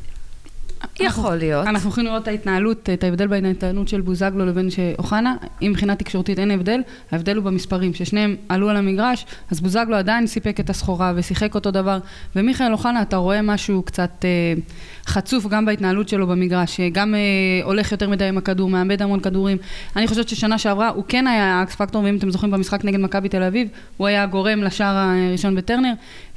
[SPEAKER 3] יכול להיות.
[SPEAKER 5] אנחנו יכולים לראות את ההתנהלות, את ההבדל בין ההתנהלות של בוזגלו לבין אוחנה. אם מבחינת תקשורתית אין הבדל, ההבדל הוא במספרים. ששניהם עלו על המגרש, אז בוזגלו עדיין סיפק את הסחורה ושיחק אותו דבר. ומיכאל אוחנה, אתה רואה משהו קצת חצוף גם בהתנהלות שלו במגרש, גם הולך יותר מדי עם הכדור, מאבד המון כדורים. אני חושבת ששנה שעברה הוא כן היה אקס פקטור, ואם אתם זוכרים במשחק נגד מכבי תל אביב, הוא היה גורם לשער הראשון בטרנר.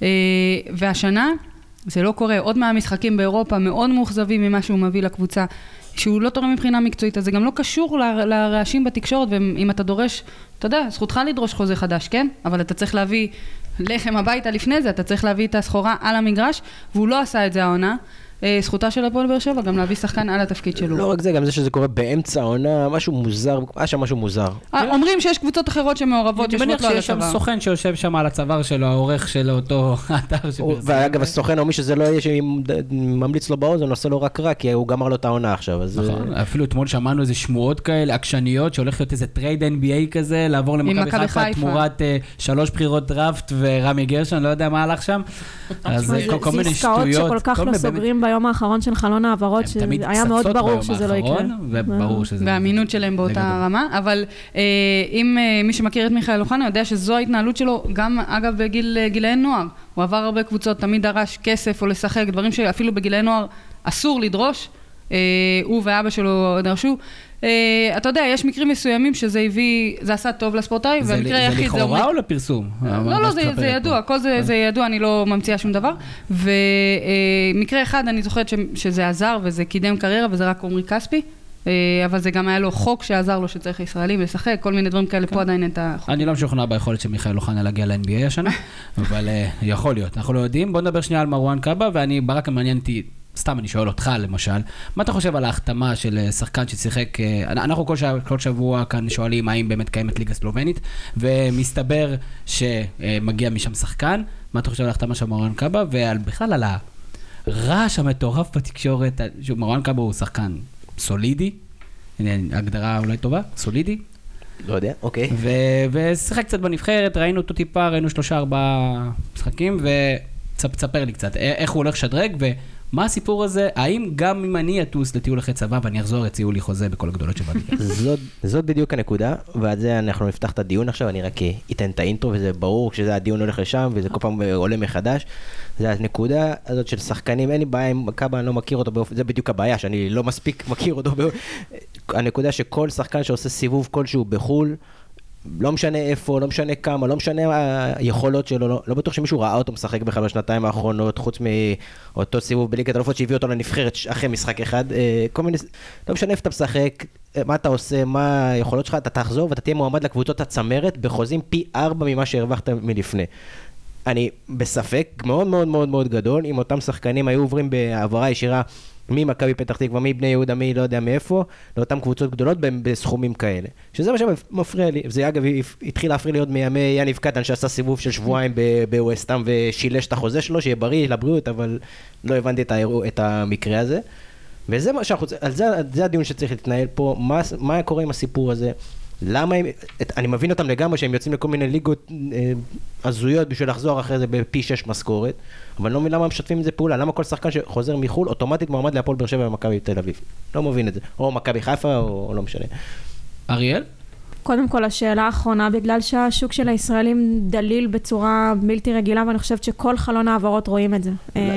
[SPEAKER 5] והשנה זה לא קורה. עוד מהמשחקים באירופה מאוד מאוכזבים ממה שהוא מביא לקבוצה, שהוא לא תורם מבחינה מקצועית, אז זה גם לא קשור לרעשים בתקשורת, ואם אתה דורש, אתה יודע, זכותך לדרוש חוזה חדש, כן? אבל אתה צריך להביא לחם הביתה לפני זה, אתה צריך להביא את הסחורה על המגרש, והוא לא עשה את זה העונה. זכותה של הפועל באר שבע, גם להביא שחקן על התפקיד שלו.
[SPEAKER 6] לא רק זה, גם זה שזה קורה באמצע העונה, משהו מוזר, היה שם משהו מוזר.
[SPEAKER 5] אומרים שיש קבוצות אחרות שמעורבות,
[SPEAKER 1] יושבות לו על הצוואר. שיש שם סוכן שיושב שם על הצוואר שלו, העורך של אותו אתר שפרסם.
[SPEAKER 6] ואגב, הסוכן או מי שזה לא יהיה שממליץ לו באוזן, עושה לו רק רע, כי הוא גמר לו את העונה עכשיו.
[SPEAKER 1] נכון, אפילו אתמול שמענו איזה שמועות כאלה, עקשניות, שהולך להיות איזה טרייד NBA כזה, לעבור למכבי חיפה תמורת 3 בחירות דראפט ורמי גרשון, לא יודע מה הלך שם. אז כל מיני שטויות.
[SPEAKER 4] ביום האחרון של חלון העברות, שהיה מאוד ברור שזה לא יקרה.
[SPEAKER 5] והאמינות שלהם באותה רמה, אבל אם מי שמכיר את מיכאל אוחנה יודע שזו ההתנהלות שלו, גם אגב בגילי נוער, הוא עבר הרבה קבוצות, תמיד דרש כסף או לשחק, דברים שאפילו בגילי נוער אסור לדרוש, הוא ואבא שלו דרשו. אתה יודע, יש מקרים מסוימים שזה הביא, זה עשה טוב לספורטאי, והמקרה היחיד זה...
[SPEAKER 1] זה לכאורה או לפרסום?
[SPEAKER 5] לא, זה ידוע, כל זה ידוע, אני לא ממציאה שום דבר. ומקרה אחד, אני זוכרת שזה עזר וזה קידם קריירה, וזה רק עומרי כספי, אבל זה גם היה לו חוק שעזר לו שצריך ישראלים לשחק, כל מיני דברים כאלה, פה עדיין את החוק.
[SPEAKER 1] אני לא משוכנע ביכולת של מיכאל אוחנה להגיע ל-NBA השנה, אבל יכול להיות, אנחנו לא יודעים. בוא נדבר שנייה על מרואן קאבה, ואני ברק מעניין אותי, סתם אני שואל אותך למשל, מה אתה חושב על ההחתמה של שחקן ששיחק, אנחנו כל שבוע כאן שואלים האם באמת קיימת ליגה סלובנית, ומסתבר שמגיע משם שחקן, מה אתה חושב על ההחתמה של מרואן קאבה, ובכלל על הרעש המטורף בתקשורת, מרואן קאבה הוא שחקן סולידי, הגדרה אולי טובה, סולידי.
[SPEAKER 6] לא יודע, אוקיי.
[SPEAKER 1] ושיחק קצת בנבחרת, ראינו אותו טיפה, ראינו 3-4 משחקים, ותספר לי קצת, איך הוא הולך שדרג, ומה הסיפור הזה, האם גם אם אני אטוס לטיול אחרי צבא, ואני אחזור, יציעו לי חוזה בכל הגדולות שבליגה.
[SPEAKER 6] זאת בדיוק הנקודה, ועל זה אנחנו נפתח את הדיון עכשיו, אני רק אתן את האינטרו, וזה ברור שזה הדיון הולך לשם, וזה כל פעם עולה מחדש. זה הנקודה הזאת של שחקנים, אין לי בעיה עם קאבה, אני לא מכיר אותו באופן, זה בדיוק הבעיה, שאני לא מספיק מכיר אותו הנקודה שכל שחקן שעושה סיבוב כלשהו בחול, לא משנה איפה, לא משנה כמה, לא משנה היכולות שלו, לא בטוח שמישהו ראה אותו משחק בכלל בשנתיים האחרונות, חוץ מאותו סיבוב בליגת האלופות שהביא אותו לנבחרת אחרי משחק אחד, כל מיני, לא משנה איפה אתה משחק, מה אתה עושה, מה היכולות שלך, אתה תחזור ואתה תהיה מועמד לקבוצות הצמרת בחוזים פי 4 ממה שהרווחת מלפני. אני בספק מאוד מאוד מאוד מאוד גדול, אם אותם שחקנים היו עוברים בעברה ישירה ממכבי פתח תקווה, מבני יהודה, מי לא יודע מאיפה, לאותן קבוצות גדולות בסכומים כאלה. שזה מה שמפריע לי. זה אגב התחיל להפריע להיות מימי יניב קטן שעשה סיבוב של שבועיים בווסטהאם ושילש את החוזה שלו, שיהיה בריא לבריאות, אבל לא הבנתי את המקרה הזה. וזה מה שאנחנו, זה הדיון שצריך להתנהל פה, מה קורה עם הסיפור הזה? למה הם, אני מבין אותם לגמרי שהם יוצאים לכל מיני ליגות הזויות בשביל לחזור אחרי זה בפי 6 משכורת, אבל אני לא מבין למה הם משתפים את זה פעולה, למה כל שחקן שחוזר מחול אוטומטית מועמד להפועל באר שבע ומכבי תל אביב, לא מבין את זה, או מכבי חיפה או לא משנה.
[SPEAKER 1] אריאל?
[SPEAKER 4] קודם כל השאלה האחרונה, בגלל שהשוק של הישראלים דליל בצורה בלתי רגילה, ואני חושבת שכל חלון העברות רואים את זה.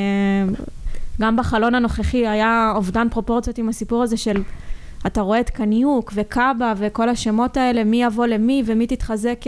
[SPEAKER 4] גם בחלון הנוכחי היה אובדן פרופורציות עם הסיפור הזה של אתה רואה את קניוק וקאבה וכל השמות האלה, מי יבוא למי ומי תתחזק.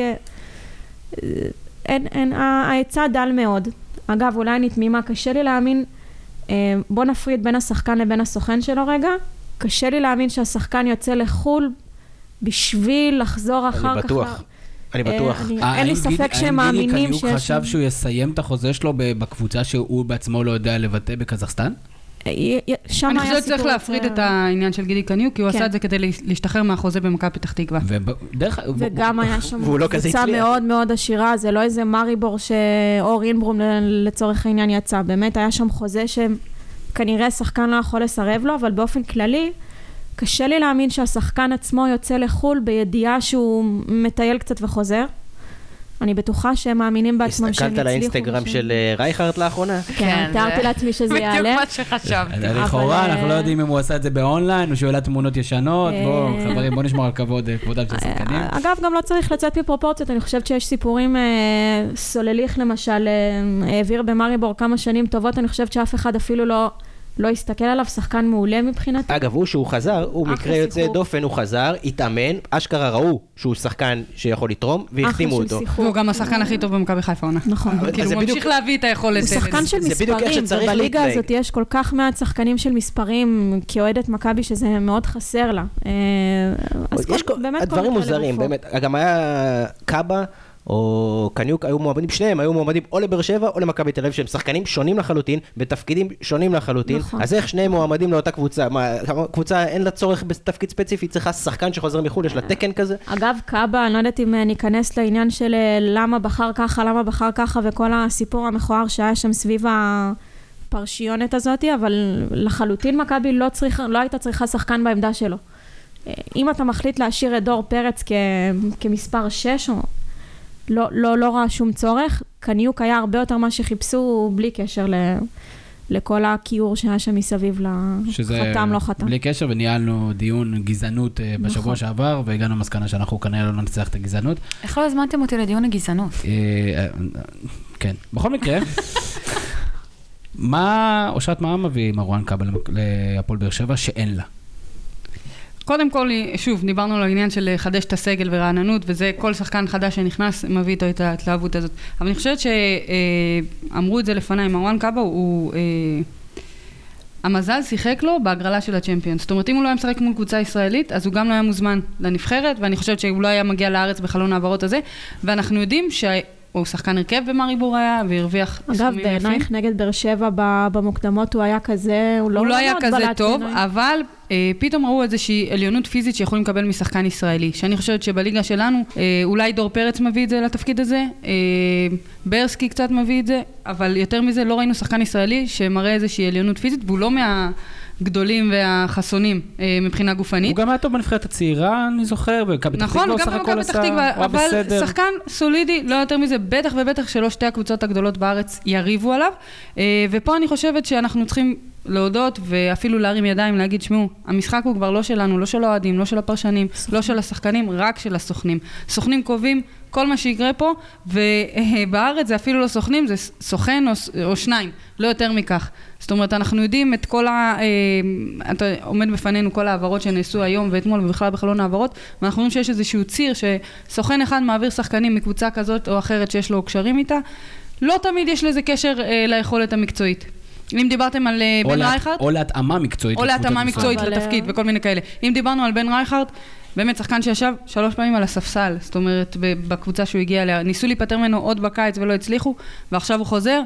[SPEAKER 4] ההיצע דל מאוד. אגב, אולי אני תמימה, קשה לי להאמין, בוא נפריד בין השחקן לבין הסוכן שלו רגע, קשה לי להאמין שהשחקן יוצא לחול בשביל לחזור אחר כך.
[SPEAKER 6] אני בטוח.
[SPEAKER 4] אין לי ספק שהם מאמינים
[SPEAKER 1] האם גידי קניוק חשב שהוא יסיים את החוזה שלו בקבוצה שהוא בעצמו לא יודע לבטא בקזחסטן?
[SPEAKER 5] אני חושבת שצריך להפריד את העניין של גידי קניוק, כי הוא עשה את זה כדי להשתחרר מהחוזה במכבי פתח תקווה.
[SPEAKER 4] וגם היה שם קבוצה מאוד מאוד עשירה, זה לא איזה מריבור שאור אינברום לצורך העניין יצא, באמת היה שם חוזה שכנראה שחקן לא יכול לסרב לו, אבל באופן כללי, קשה לי להאמין שהשחקן עצמו יוצא לחול בידיעה שהוא מטייל קצת וחוזר. אני בטוחה שהם מאמינים בעצמם שהם הצליחו.
[SPEAKER 6] הסתכלת על האינסטגרם של רייכרד לאחרונה?
[SPEAKER 4] כן, תיארתי לעצמי שזה יעלה.
[SPEAKER 5] בדיוק מה שחשבתי.
[SPEAKER 1] לכאורה, אנחנו לא יודעים אם הוא עשה את זה באונליין, או שהוא העלה תמונות ישנות. חברים, בוא נשמור על כבודם של שחקנים.
[SPEAKER 4] אגב, גם לא צריך לצאת מפרופורציות. אני חושבת שיש סיפורים, סולליך למשל, העביר במריבור כמה שנים טובות. אני חושבת שאף אחד אפילו לא הסתכל עליו, שחקן מעולה מבחינתי.
[SPEAKER 6] אגב, הוא שהוא חזר, הוא מקרה יוצא דופן, הוא חזר, התאמן, אשכרה ראו שהוא שחקן שיכול לתרום, והחתימו אותו.
[SPEAKER 5] והוא גם השחקן הכי טוב במכבי חיפה עונה.
[SPEAKER 4] נכון.
[SPEAKER 5] כאילו, הוא ממשיך להביא את היכולת.
[SPEAKER 4] הוא שחקן של מספרים, ובליגה הזאת יש כל כך מעט שחקנים של מספרים, כאוהדת מכבי שזה מאוד חסר לה.
[SPEAKER 6] הדברים מוזרים, באמת. גם היה קאבה, או קניוק, היו מועמדים, שניהם היו מועמדים או לבאר שבע או למכבי תל אביב, שהם שחקנים שונים לחלוטין, בתפקידים שונים לחלוטין. נכון. אז איך שניהם מועמדים לאותה קבוצה? מה, קבוצה אין לה צורך בתפקיד ספציפי, צריכה שחקן שחוזר מחול, יש לה תקן כזה?
[SPEAKER 4] אגב, קאבה, אני לא יודעת אם ניכנס לעניין של למה בחר ככה, וכל הסיפור המכוער שהיה שם סביב הפרשיונת הזאת, אבל לחלוטין מכבי לא הייתה צריכה שחקן בעמדה שלו. אם אתה מחליט להשאיר את דור פרץ כמספר 6, לא ראה שום צורך. קניוק היה הרבה יותר מה שחיפשו בלי קשר לכל הכיור שהיה שם מסביב לחתם, לא חתם.
[SPEAKER 1] בלי קשר, וניהלנו דיון גזענות בשבוע שעבר, והגענו למסקנה שאנחנו כנראה לא נצליח את הגזענות.
[SPEAKER 3] איך לא הזמנתם אותי לדיון הגזענות?
[SPEAKER 1] כן. בכל מקרה, אושרת, מה מביא מרואן קאבה להפועל באר שבע שאין לה?
[SPEAKER 5] קודם כל, שוב, דיברנו על העניין של לחדש את הסגל ורעננות, וזה כל שחקן חדש שנכנס, מביא איתו את ההתלהבות הזאת. אבל אני חושבת שאמרו את זה לפניי, מרואן קאבה הוא המזל שיחק לו בהגרלה של הצ'מפיונס. זאת אומרת, אם הוא לא היה משחק מול קבוצה ישראלית, אז הוא גם לא היה מוזמן לנבחרת, ואני חושבת שהוא לא היה מגיע לארץ בחלון העברות הזה, ואנחנו יודעים הוא שחקן הרכב במאריבור היה, והרוויח
[SPEAKER 4] אגב,
[SPEAKER 5] סכומים יפים.
[SPEAKER 4] בעינייך נגד באר שבע במוקדמות הוא היה כזה, הוא לא
[SPEAKER 5] היה כזה טוב, אבל פתאום ראו איזושהי עליונות פיזית שיכולים לקבל משחקן ישראלי, שאני חושבת שבליגה שלנו, אולי דור פרץ מביא את זה לתפקיד הזה, ברסקי קצת מביא את זה, אבל יותר מזה לא ראינו שחקן ישראלי שמראה איזושהי עליונות פיזית, והוא לא גדולים והחסונים מבחינה גופנית.
[SPEAKER 1] הוא גם היה טוב בנבחרת הצעירה, אני זוכר, ובקבי פתח תקווה הוא סך הכל עשה,
[SPEAKER 5] אבל שחקן סולידי, לא יותר מזה, בטח ובטח שלא שתי הקבוצות הגדולות בארץ יריבו עליו, ופה אני חושבת שאנחנו צריכים להודות ואפילו להרים ידיים, להגיד, שמעו, המשחק הוא כבר לא שלנו, לא של האוהדים, לא של הפרשנים, לא של השחקנים, רק של הסוכנים. סוכנים קובעים כל מה שיקרה פה, ובארץ זה אפילו לא סוכנים, זה סוכן או שניים, לא יותר מכך. זאת אומרת, אנחנו יודעים את כל אתה עומד בפנינו כל העברות שנעשו היום ואתמול ובכלל בחלון העברות, ואנחנו רואים שיש איזשהו ציר שסוכן אחד מעביר שחקנים מקבוצה כזאת או אחרת שיש לו קשרים איתה, לא תמיד יש לזה קשר ליכולת המקצועית. אם דיברתם על בן רייכרד,
[SPEAKER 1] או להתאמה מקצועית.
[SPEAKER 5] או להתאמה מקצועית לתפקיד וכל מיני כאלה. אם דיברנו על בן רייכרד, באמת שחקן שישב 3 פעמים על הספסל, זאת אומרת, בקבוצה שהוא הגיע אליה, ניסו להיפטר ממנו עוד בקיץ ולא הצליחו, ועכשיו הוא חוזר,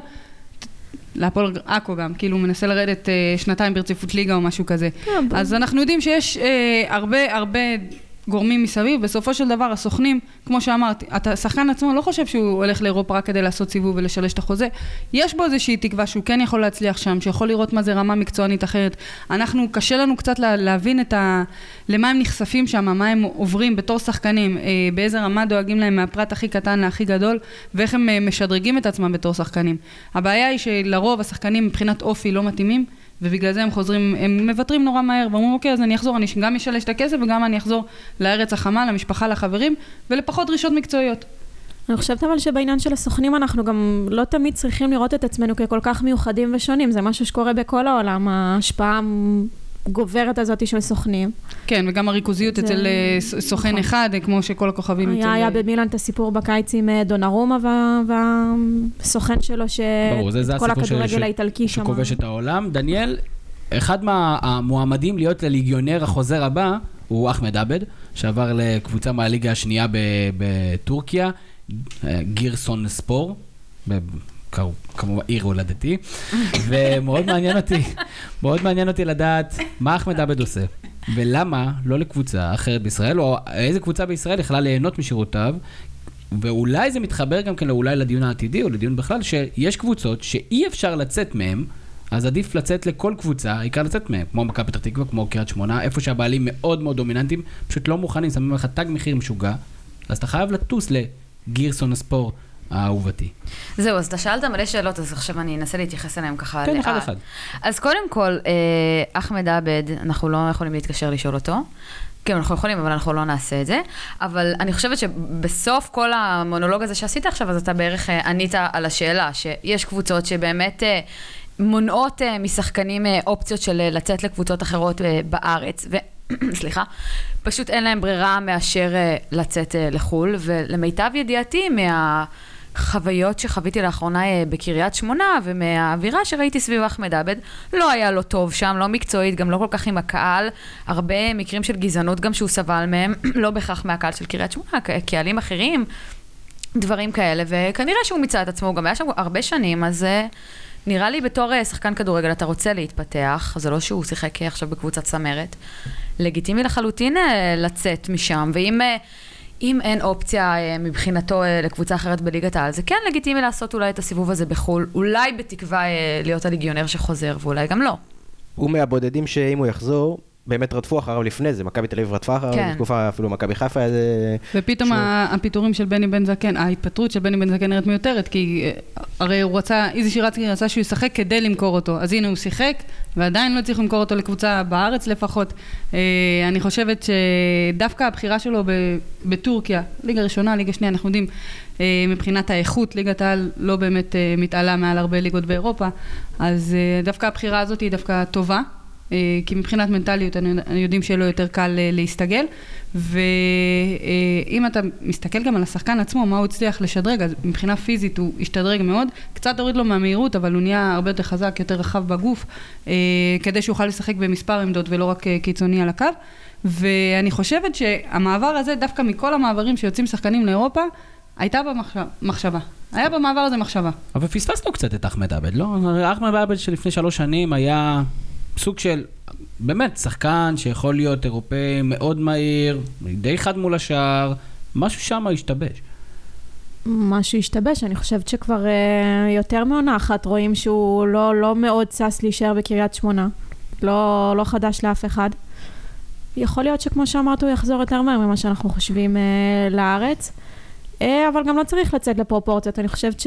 [SPEAKER 5] להפועל עכו גם, כאילו הוא מנסה לרדת 2 ברציפות ליגה או משהו כזה. אז אנחנו יודעים שיש הרבה גורמים מסביב, בסופו של דבר הסוכנים, כמו שאמרתי, השחקן עצמו לא חושב שהוא הולך לאירופה רק כדי לעשות סיבוב ולשלש את החוזה, יש בו איזושהי תקווה שהוא כן יכול להצליח שם, שיכול לראות מה זה רמה מקצוענית אחרת. קשה לנו קצת להבין למה הם נחשפים שם, מה הם עוברים בתור שחקנים, באיזה רמה דואגים להם מהפרט הכי קטן להכי גדול, ואיך הם משדרגים את עצמם בתור שחקנים. הבעיה היא שלרוב השחקנים מבחינת אופי לא מתאימים, ובגלל זה הם חוזרים, הם מבטרים נורא מהר, ואומרים, אוקיי, אז אני אחזור, אני גם אשלש את הכסף, וגם אני אחזור לארץ החמה, למשפחה, לחברים, ולפחות דרישות מקצועיות.
[SPEAKER 4] אני חושבת אבל שבעניין של הסוכנים אנחנו גם לא תמיד צריכים לראות את עצמנו ככל כך מיוחדים ושונים, זה משהו שקורה בכל העולם, ההשפעה גוברת הזאת של סוכנים.
[SPEAKER 5] כן, וגם הריכוזיות אצל סוכן אחד, כמו שכל הכוכבים אצל...
[SPEAKER 4] היה במילאן את הסיפור בקיץ עם דונרומה והסוכן שלו שכל הכדורגל האיטלקי שם.
[SPEAKER 1] שכובש את העולם. דניאל, אחד מהמועמדים להיות לליגיונר החוזר הבא, הוא אחמד עבד, שעבר לקבוצה מהליגה השנייה בטורקיה, גירסון ספור, כמובן עיר הולדתי, ומאוד מעניין אותי לדעת מה אחמד עבד עושה, ולמה לא לקבוצה אחרת בישראל, או איזה קבוצה בישראל יכלה ליהנות משירותיו, ואולי זה מתחבר גם כן אולי לדיון העתידי, או לדיון בכלל, שיש קבוצות שאי אפשר לצאת מהם, אז עדיף לצאת לכל קבוצה, העיקר לצאת מהם, כמו מכבי פתח תקווה, כמו קריית שמונה, איפה שהבעלים מאוד מאוד דומיננטיים, פשוט לא מוכנים, שמים לך תג מחיר משוגע, אז אתה חייב לטוס לגירסון הספור האהובתי.
[SPEAKER 3] זהו, אז אתה שאלת מלא שאלות, אז עכשיו אני אנסה להתייחס אליהם ככה.
[SPEAKER 1] כן, אחד.
[SPEAKER 3] אז קודם כל, אחמד עבד, אנחנו לא יכולים להתקשר לשאול אותו. כן, אנחנו יכולים, אבל אנחנו לא נעשה את זה. אבל אני חושבת שבסוף כל המונולוג הזה שעשית עכשיו, אז אתה בערך ענית על השאלה, שיש קבוצות שבאמת מונעות משחקנים אופציות של לצאת לקבוצות אחרות בארץ, סליחה, פשוט אין להם ברירה מאשר לצאת לחול, ולמיטב ידיעתי מהחוויות שחוויתי לאחרונה בקריית שמונה, ומהאווירה שראיתי סביב אחמד עבד, לא היה לו טוב שם, לא מקצועית, גם לא כל כך עם הקהל, הרבה מקרים של גזענות גם שהוא סבל מהם, לא בכך מהקהל של קריית שמונה, קהלים אחרים, דברים כאלה, וכנראה שהוא מצא את עצמו, הוא גם היה שם הרבה שנים, אז נראה לי בתור שחקן כדורגל אתה רוצה להתפתח, זה לא שהוא שיחק עכשיו בקבוצת צמרת, לגיטימי לחלוטין לצאת משם, ואם אין אופציה מבחינתו לקבוצה אחרת בליגת העל, זה כן לגיטימי לעשות אולי את הסיבוב הזה בחול, אולי בתקווה להיות הליגיונר שחוזר, ואולי גם לא.
[SPEAKER 6] הוא מהבודדים שאם הוא יחזור, באמת רדפו אחריו לפני זה, מכבי תל אביב רדפה אחריו, בתקופה אפילו מכבי חיפה.
[SPEAKER 5] ופתאום הפיטורים של בני בן זקן, ההתפטרות של בני בן זקן נראית מיותרת, כי הרי הוא רצה, איזי שירצקי רצה שהוא ישחק כדי למכור אותו, אז הנה הוא שיחק, ועדיין לא צריך למכור אותו לקבוצה בארץ לפחות. אני חושבת שדווקא הבחירה שלו בטורקיה, ליגה ראשונה, ליגה שנייה, אנחנו יודעים, מבחינת האיכות, ליגת העל לא באמת מתעלה מעל הרבה ליגות באירופה, אז דווקא הבחירה הזאת היא דווקא טובה, כי מבחינת מנטליות יודעים שיהיה לו יותר קל להסתגל, ואם אתה מסתכל גם על השחקן עצמו, מה הוא הצליח לשדרג, אז מבחינה פיזית הוא השתדרג מאוד, קצת הוריד לו מהמהירות, אבל הוא נהיה הרבה יותר חזק, יותר רחב בגוף, כדי שהוא יוכל לשחק במספר עמדות ולא רק קיצוני על הקו, ואני חושבת שהמעבר הזה, דווקא מכל המעברים שיוצאים שחקנים לאירופה, הייתה במחשבה. היה במעבר הזה מחשבה.
[SPEAKER 1] אבל פספסנו קצת את אחמד עבד, לא? אחמד עבד שלפני 3 שנים היה סוג של, באמת, שחקן שיכול להיות אירופאי מאוד מהיר, די חד מול השאר, משהו שם השתבש.
[SPEAKER 4] משהו השתבש, אני חושבת שכבר יותר מעונה אחת רואים שהוא לא מאוד סס להישאר בקריית שמונה. לא חדש לאף אחד. יכול להיות שכמו שאמרת הוא יחזור יותר מהר ממה שאנחנו חושבים לארץ. אבל גם לא צריך לצאת לפרופורציות. אני חושבת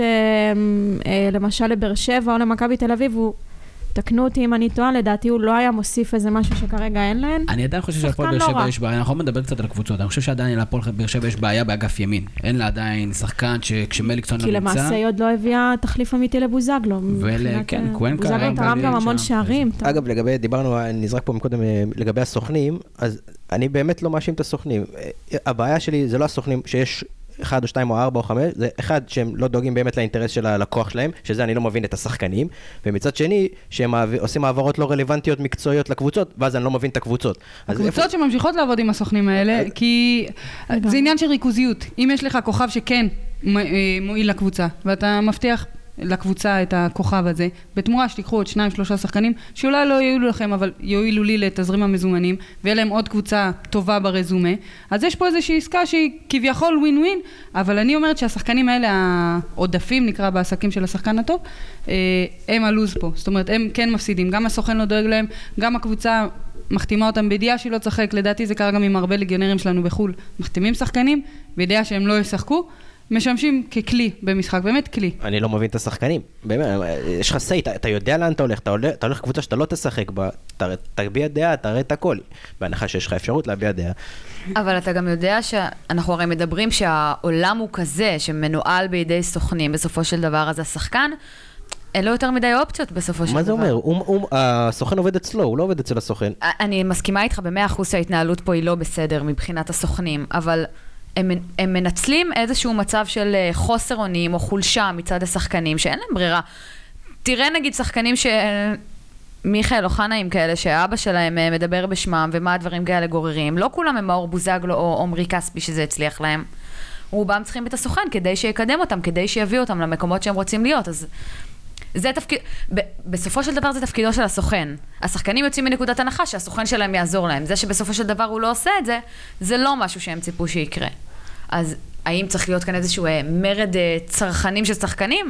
[SPEAKER 4] שלמשל לבאר שבע או למכבי תל אביב, הוא, תקנו אותי אם אני טועה, לדעתי הוא לא היה מוסיף איזה משהו שכרגע אין להן.
[SPEAKER 1] אני עדיין חושב שהפועל באר שבע יש בעיה, אנחנו מדבר קצת על הקבוצות, אני חושב שעדיין להפועל באר שבע יש בעיה באגף ימין. אין לה עדיין שחקן שכשמליקסון לא נמצא.
[SPEAKER 4] כי למעשה היא עוד לא הביאה תחליף אמיתי לבוזגלו.
[SPEAKER 1] כן, קוונקה.
[SPEAKER 4] בוזגלו תרם גם המון שערים.
[SPEAKER 6] אגב, דיברנו, נזרק פה מקודם לגבי הסוכנים, אז אני באמת לא מאשים את הסוכנים. הבעיה שלי זה לא הסוכנים שיש 1 או 2 או 4 או 5, זה אחד שהם לא דואגים באמת לאינטרס של הלקוח שלהם, שזה אני לא מבין את השחקנים, ומצד שני, שהם עושים מעברות לא רלוונטיות מקצועיות לקבוצות, ואז אני לא מבין את הקבוצות.
[SPEAKER 5] הקבוצות שממשיכות לעבוד עם הסוכנים האלה, כי זה עניין של ריכוזיות. אם יש לך כוכב שכן מועיל לקבוצה, ואתה מבטיח לקבוצה את הכוכב הזה, בתמורה שתיקחו עוד 2-3 שחקנים, שאולי לא יועילו לכם, אבל יועילו לי לתזרים המזומנים, ויהיה להם עוד קבוצה טובה ברזומה, אז יש פה איזושהי עסקה שהיא כביכול ווין ווין, אבל אני אומרת שהשחקנים האלה, העודפים נקרא בעסקים של השחקן הטוב, הם הלוז פה, זאת אומרת, הם כן מפסידים, גם הסוכן לא דואג להם, גם הקבוצה מחתימה אותם בידיעה שהיא לא צחק, לדעתי זה קרה גם עם הרבה ליגיונרים שלנו בחול, מחתימים שחקנים, בידיעה שהם לא ישחקו, משמשים ככלי במשחק, באמת כלי.
[SPEAKER 6] אני לא מבין את השחקנים. באמת, יש לך סי, אתה יודע לאן אתה הולך, אתה הולך קבוצה שאתה לא תשחק בה, תביע דעה, תראה את הכל. בהנחה שיש לך אפשרות להביע דעה.
[SPEAKER 3] אבל אתה גם יודע שאנחנו הרי מדברים שהעולם הוא כזה, שמנוהל בידי סוכנים, בסופו של דבר, אז השחקן, אין לו יותר מדי אופציות בסופו של דבר.
[SPEAKER 6] מה זה אומר? הסוכן עובד אצלו, הוא לא עובד אצל הסוכן.
[SPEAKER 3] אני מסכימה איתך ב100% שההתנהלות פה היא לא בסדר מבחינת הסוכנים, אבל הם מנצלים איזשהו מצב של חוסר אונים או חולשה מצד השחקנים, שאין להם ברירה. תראה נגיד שחקנים מיכאל אוחנאים כאלה, שאבא שלהם מדבר בשמם, ומה הדברים כאלה גוררים. לא כולם הם מאור בוזגלו או עומרי כספי שזה הצליח להם. רובם צריכים את הסוכן כדי שיקדם אותם, כדי שיביא אותם למקומות שהם רוצים להיות. אז זה תפקיד, בסופו של דבר זה תפקידו של הסוכן. השחקנים יוצאים מנקודת הנחה שהסוכן שלהם יעזור להם. זה שבסופו של דבר הוא לא עושה את זה, זה לא משהו שהם ציפו שיקרה. אז האם צריך להיות כאן איזשהו מרד צרכנים של שחקנים?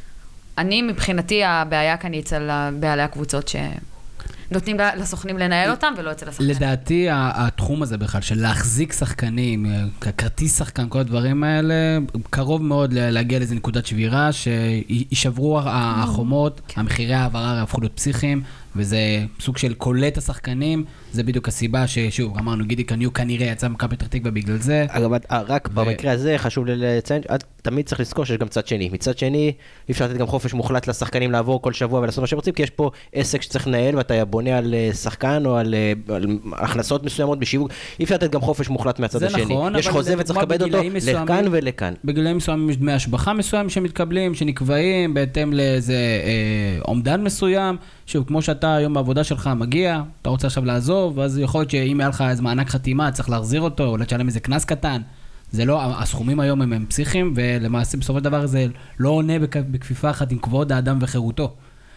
[SPEAKER 3] אני מבחינתי הבעיה כאן היא אצל בעלי הקבוצות שנותנים לסוכנים לנהל אותם ולא אצל השחקנים.
[SPEAKER 1] לדעתי התחום הזה בכלל של להחזיק שחקנים, כרטיס שחקן, כל הדברים האלה, קרוב מאוד להגיע לאיזו נקודת שבירה שישברו החומות, המחירי העברה הפכו להיות פסיכיים, וזה סוג של קולט השחקנים, זה בדיוק הסיבה ששוב, אמרנו, גידי קניו כנראה יצא מכבי פתח תקווה בגלל זה.
[SPEAKER 6] אגב, רק במקרה הזה חשוב לציין, תמיד צריך לזכור שיש גם צד שני. מצד שני, אי אפשר לתת גם חופש מוחלט לשחקנים לעבור כל שבוע ולעשות מה שהם רוצים, כי יש פה עסק שצריך לנהל, ואתה בונה על שחקן או על הכנסות מסוימות בשיווק, אי אפשר לתת גם חופש מוחלט מהצד השני.
[SPEAKER 1] נכון,
[SPEAKER 6] יש חוזה וצריך לקבל אותו לכאן ולכאן.
[SPEAKER 1] בגילאים מסוימים יש דמי השבחה מסוים שמתקבלים, שנקבעים בהתאם לאיזה אומדן מסוים, שוב, כמו שאתה היום בעבודה שלך מגיע, אתה רוצה עכשיו לעזוב, אז יכול להיות שאם היה לך איזה מענק חתימה, צריך להחזיר אותו, או לשלם איזה כנס קטן. זה לא, הסכומים היום הם פסיכיים, ולמעשה בסופו של דבר זה לא עונה בכפיפה אחת עם כבוד האדם וחירותו.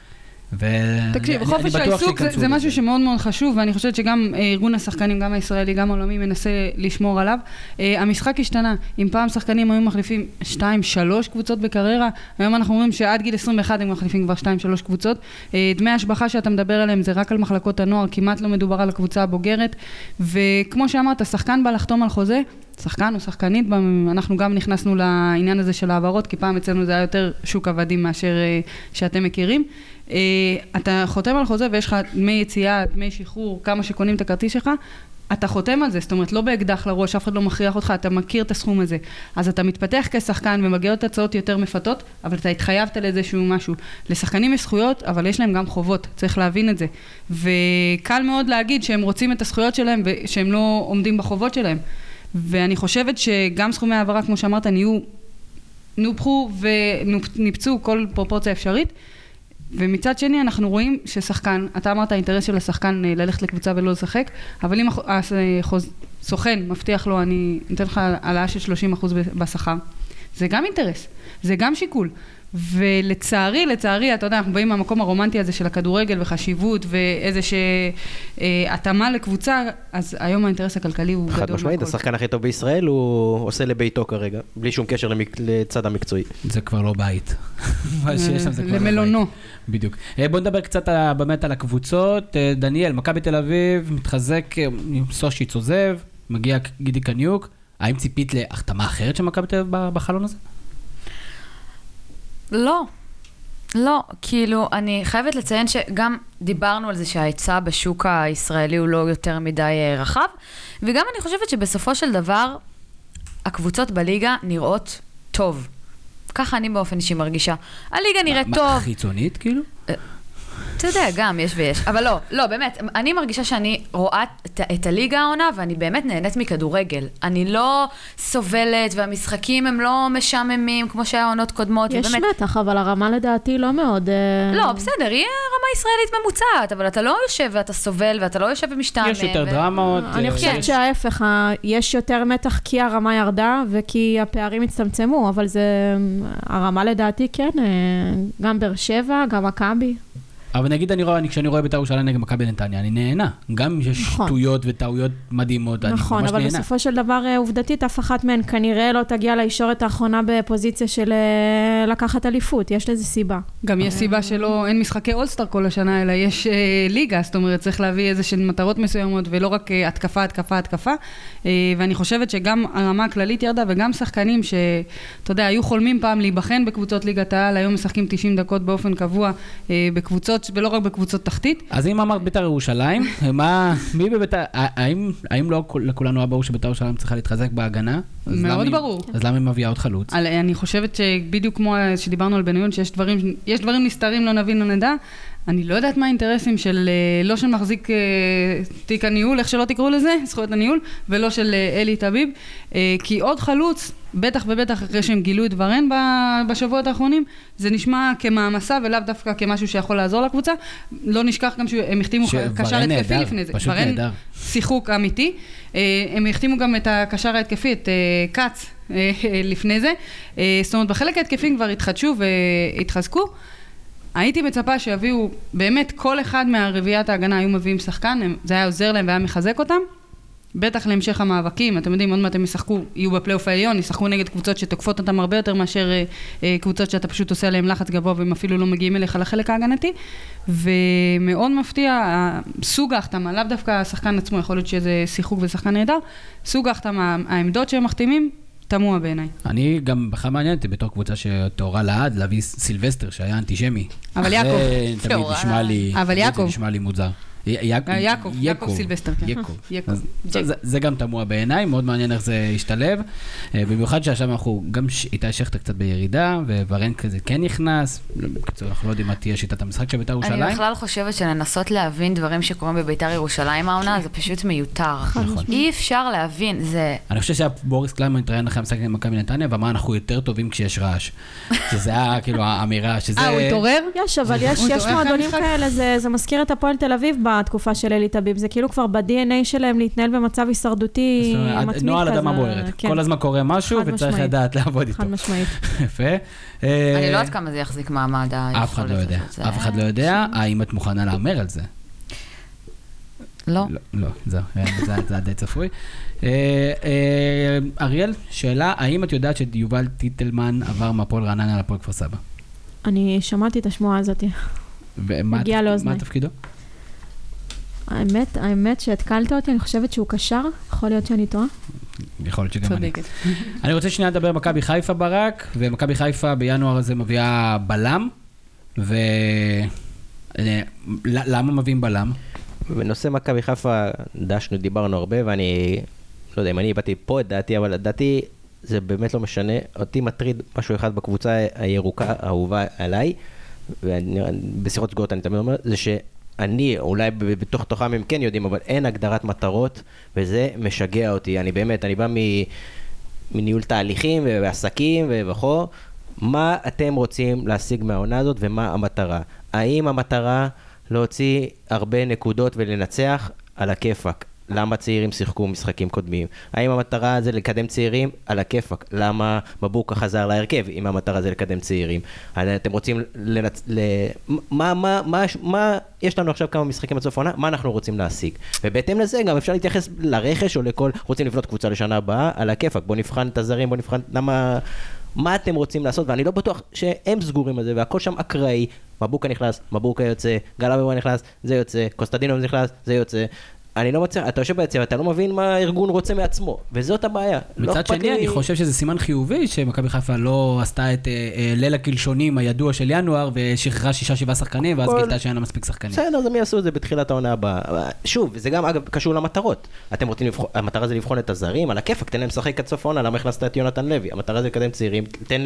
[SPEAKER 5] תקשיב, חופש העיסוק זה משהו שמאוד מאוד חשוב, ואני חושבת שגם ארגון השחקנים, גם הישראלי, גם העולמי, מנסה לשמור עליו. המשחק השתנה. אם פעם שחקנים היו מחליפים 2-3 קבוצות בקריירה, היום אנחנו אומרים שעד גיל 21 הם מחליפים כבר 2-3 קבוצות. דמי השבחה שאתה מדבר עליהם זה רק על מחלקות הנוער, כמעט לא מדובר על הקבוצה הבוגרת. וכמו שאמרת, שחקן בא לחתום על חוזה, שחקן או שחקנית, אנחנו גם נכנסנו לעניין הזה של העברות, כי פעם אצלנו זה היה יותר שוק עבדים מאשר שאתם מכירים. אתה חותם על חוזה ויש לך דמי יציאה, דמי שחרור, כמה שקונים את הכרטיס שלך, אתה חותם על זה, זאת אומרת, לא באקדח לראש, אף אחד לא מכריח אותך, אתה מכיר את הסכום הזה. אז אתה מתפתח כשחקן ומגיע את הצעות יותר מפתות, אבל אתה התחייבת לאיזשהו משהו. לשחקנים יש זכויות, אבל יש להם גם חובות, צריך להבין את זה. וקל מאוד להגיד שהם רוצים את הזכויות שלהם, ושהם לא עומדים בחובות שלהם. ואני חושבת שגם סכומי העברה, כמו שאמרת, נופחו ונפצו כל פרופורציה אפשרית. ומצד שני אנחנו רואים ששחקן, אתה אמרת האינטרס של השחקן ללכת לקבוצה ולא לשחק, אבל אם הסוכן מבטיח לו, אני נותן לך העלאה של 30% בשכר, זה גם אינטרס, זה גם שיקול. ולצערי, אתה יודע, אנחנו באים מהמקום הרומנטי הזה של הכדורגל וחשיבות ואיזה שהתאמה לקבוצה, אז היום האינטרס הכלכלי הוא גדול.
[SPEAKER 6] חד משמעית, השחקן הכי טוב בישראל הוא עושה לביתו כרגע, בלי שום קשר לצד המקצועי.
[SPEAKER 1] זה כבר לא בית.
[SPEAKER 5] למלונו.
[SPEAKER 1] בדיוק. בוא נדבר קצת באמת על הקבוצות. דניאל, מכבי תל אביב, מתחזק, סושיץ עוזב, מגיע גידי קניוק. האם ציפית להחתמה אחרת של מכבי תל אביב בחלון הזה?
[SPEAKER 3] לא, כאילו, אני חייבת לציין שגם דיברנו על זה שההיצע בשוק הישראלי הוא לא יותר מדי רחב, וגם אני חושבת שבסופו של דבר, הקבוצות בליגה נראות טוב. ככה אני באופן אישי מרגישה. הליגה נראית טוב.
[SPEAKER 1] מה, חיצונית כאילו?
[SPEAKER 3] אתה יודע, גם יש ויש. אבל לא, באמת, אני מרגישה שאני רואה את הליגה העונה, ואני באמת נהנית מכדורגל. אני לא סובלת, והמשחקים הם לא משעממים, כמו שהיה עונות קודמות.
[SPEAKER 4] יש מתח, אבל הרמה לדעתי לא מאוד...
[SPEAKER 3] לא, בסדר, היא רמה ישראלית ממוצעת, אבל אתה לא יושב ואתה סובל, ואתה לא יושב ומשתעמם.
[SPEAKER 1] יש יותר דרמות.
[SPEAKER 4] אני חושבת שההפך, יש יותר מתח כי הרמה ירדה, וכי הפערים הצטמצמו, אבל זה... הרמה לדעתי כן, גם באר שבע, גם מכבי.
[SPEAKER 1] אבל נגיד, כשאני רואה בית"ר ירושלים נגד מכבי נתניה, אני נהנה. גם אם יש שטויות וטעויות מדהימות, אני ממש נהנה.
[SPEAKER 4] נכון, אבל בסופו של דבר עובדתית, אף אחת מהן כנראה לא תגיע לישורת האחרונה בפוזיציה של לקחת אליפות. יש לזה סיבה.
[SPEAKER 5] גם יש סיבה שלא, אין משחקי אולסטאר כל השנה, אלא יש ליגה, זאת אומרת, צריך להביא איזה של מטרות מסוימות, ולא רק התקפה. ואני חושבת שגם הרמה הכללית ירדה, וגם שחקנים שאתה יודע, היו חולמים פעם להיבחן בקבוצות ליגת העל, היום משחקים 90 דקות באופן קבוע בקבוצות ולא רק בקבוצות תחתית.
[SPEAKER 1] אז אם אמרת בית"ר ירושלים, מי בבית"ר, האם לא לכולנו היה ברור שבית"ר ירושלים צריכה להתחזק בהגנה?
[SPEAKER 5] מאוד ברור.
[SPEAKER 1] אז למה היא מביאה עוד חלוץ?
[SPEAKER 5] אני חושבת שבדיוק כמו שדיברנו על בניון, שיש דברים נסתרים, לא נבין, לא נדע. אני לא יודעת מה האינטרסים של, לא של מחזיק תיק הניהול, איך שלא תקראו לזה, זכויות הניהול, ולא של אלי טביב, כי עוד חלוץ, בטח ובטח אחרי שהם גילו את ורן בשבועות האחרונים, זה נשמע כמאמסה ולאו דווקא כמשהו שיכול לעזור לקבוצה. לא נשכח גם שהם החתימו קשר התקפי לפני זה.
[SPEAKER 1] פשוט נהדר.
[SPEAKER 5] שיחוק אמיתי. הם החתימו גם את הקשר ההתקפי, את קץ לפני זה. זאת אומרת, בחלק ההתקפים כבר התחדשו והתחזקו. הייתי מצפה שיביאו, באמת כל אחד מהרביעיית ההגנה היו מביאים שחקן, זה היה עוזר להם והיה מחזק אותם, בטח להמשך המאבקים, אתם יודעים, עוד מעט הם ישחקו, יהיו בפלייאוף העליון, ישחקו נגד קבוצות שתוקפות אותם הרבה יותר מאשר קבוצות שאתה פשוט עושה עליהם לחץ גבוה והם אפילו לא מגיעים אליך לחלק ההגנתי, ומאוד מפתיע, סוג ההחתמה, לאו דווקא השחקן עצמו, יכול להיות שזה שיחוק ושחקן נהדר, סוג ההחתמה, העמדות שהם מחתימים, תמוה בעיניי.
[SPEAKER 1] אני גם בכלל מעניינתי בתור קבוצה שתאורה לעד להביא סילבסטר שהיה אנטישמי.
[SPEAKER 5] אבל יעקב.
[SPEAKER 1] זה תמיד נשמע לי מוזר.
[SPEAKER 5] יעקב סילבסטר.
[SPEAKER 1] זה גם תמוה בעיניי, מאוד מעניין איך זה ישתלב. במיוחד שעכשיו אנחנו, גם איתי שכטר קצת בירידה, וורן כזה כן נכנס. בקיצור, אנחנו לא יודעים מה תהיה שיטת המשחק של בית"ר ירושלים.
[SPEAKER 3] אני בכלל חושבת שלנסות להבין דברים שקורים בבית"ר ירושלים העונה, זה פשוט מיותר. אי אפשר להבין, זה...
[SPEAKER 1] אני חושב שבוריס קליימן התראיין אחרי המשחק עם מכבי נתניה, ואמר אנחנו יותר טובים כשיש רעש. שזה היה כאילו האמירה, שזה...
[SPEAKER 5] הוא התעורר?
[SPEAKER 4] יש, אבל יש מועדונים כאלה, זה מזכיר את הפועל תל אביב בתקופה של אלי טביב, זה כאילו כבר ב-DNA שלהם להתנהל במצב הישרדותי מתמיד כזה.
[SPEAKER 1] נועה על אדמה בוערת. כל הזמן קורה משהו וצריך לדעת לעבוד איתו.
[SPEAKER 4] חד משמעית.
[SPEAKER 1] יפה.
[SPEAKER 3] אני לא יודעת כמה זה יחזיק מעמד.
[SPEAKER 1] אף אחד לא יודע. אף אחד לא יודע. האם את מוכנה לאמר על זה?
[SPEAKER 3] לא.
[SPEAKER 1] לא, זהו. זה די צפוי. אריאל, שאלה, האם את יודעת שיובל טיטלמן עבר מהפועל רעננה לפועל כפר סבא?
[SPEAKER 4] אני שמעתי את השמועה הזאת.
[SPEAKER 1] הגיע לאוזני. מה תפקידו?
[SPEAKER 4] האמת שהתקלת אותי, אני חושבת שהוא קשר, יכול להיות שאני טועה.
[SPEAKER 1] יכול להיות שגם אני. אני רוצה שנייה לדבר מכבי חיפה ברק, ומכבי חיפה בינואר הזה מביאה בלם, ולמה מביאים בלם?
[SPEAKER 6] בנושא מכבי חיפה דשנו, דיברנו הרבה, ואני לא יודע אם אני הבאתי פה את דעתי, אבל דעתי זה באמת לא משנה. אותי מטריד משהו אחד בקבוצה הירוקה, האהובה עליי, ובשיחות סגורות אני תמיד אומר, זה שאני, אולי בתוך תוכם הם כן יודעים, אבל אין הגדרת מטרות, וזה משגע אותי. אני באמת, אני בא מניהול תהליכים ועסקים ובכל, מה אתם רוצים להשיג מהעונה הזאת ומה המטרה? האם המטרה להוציא הרבה נקודות ולנצח על הכיפק? למה צעירים שיחקו משחקים קודמים? האם המטרה זה לקדם צעירים? על הכיפק. למה מבוקה חזר להרכב אם המטרה זה לקדם צעירים? אתם רוצים מה יש לנו עכשיו כמה משחקים עד סוף העונה? מה אנחנו רוצים להשיג? ובהתאם לזה גם אפשר להתייחס לרכש או לכל, רוצים לבנות קבוצה לשנה הבאה, על הכיפק. בוא נבחן את הזרים, בוא נבחן מה אתם רוצים לעשות, ואני לא בטוח שהם סגורים על זה, והכל שם אקראי. מבוקה נכנס, מבוקה יוצא, גל אברמן נכנס, זה יוצא, קוסטדינוב נכנס, זה יוצא. אני לא מצליח, אתה יושב ביציע, אתה לא מבין מה הארגון רוצה מעצמו, וזאת הבעיה.
[SPEAKER 1] מצד שני, אני חושב שזה סימן חיובי, שמכבי חיפה לא עשתה את ליל הקלשונים הידוע של ינואר, ושחררה 6-7 שחקנים, ואז גילתה שאין לה מספיק שחקנים.
[SPEAKER 6] בסדר, אז הם יעשו את זה בתחילת העונה הבאה. שוב, זה גם אגב קשור למטרות. אתם רוצים לבחון, המטרה זה לבחון את הזרים, על הכיפק, תן להם לשחק עד סוף העונה, למה הכנסת את יונתן לוי? המטרה זה לקדם צעירים, תן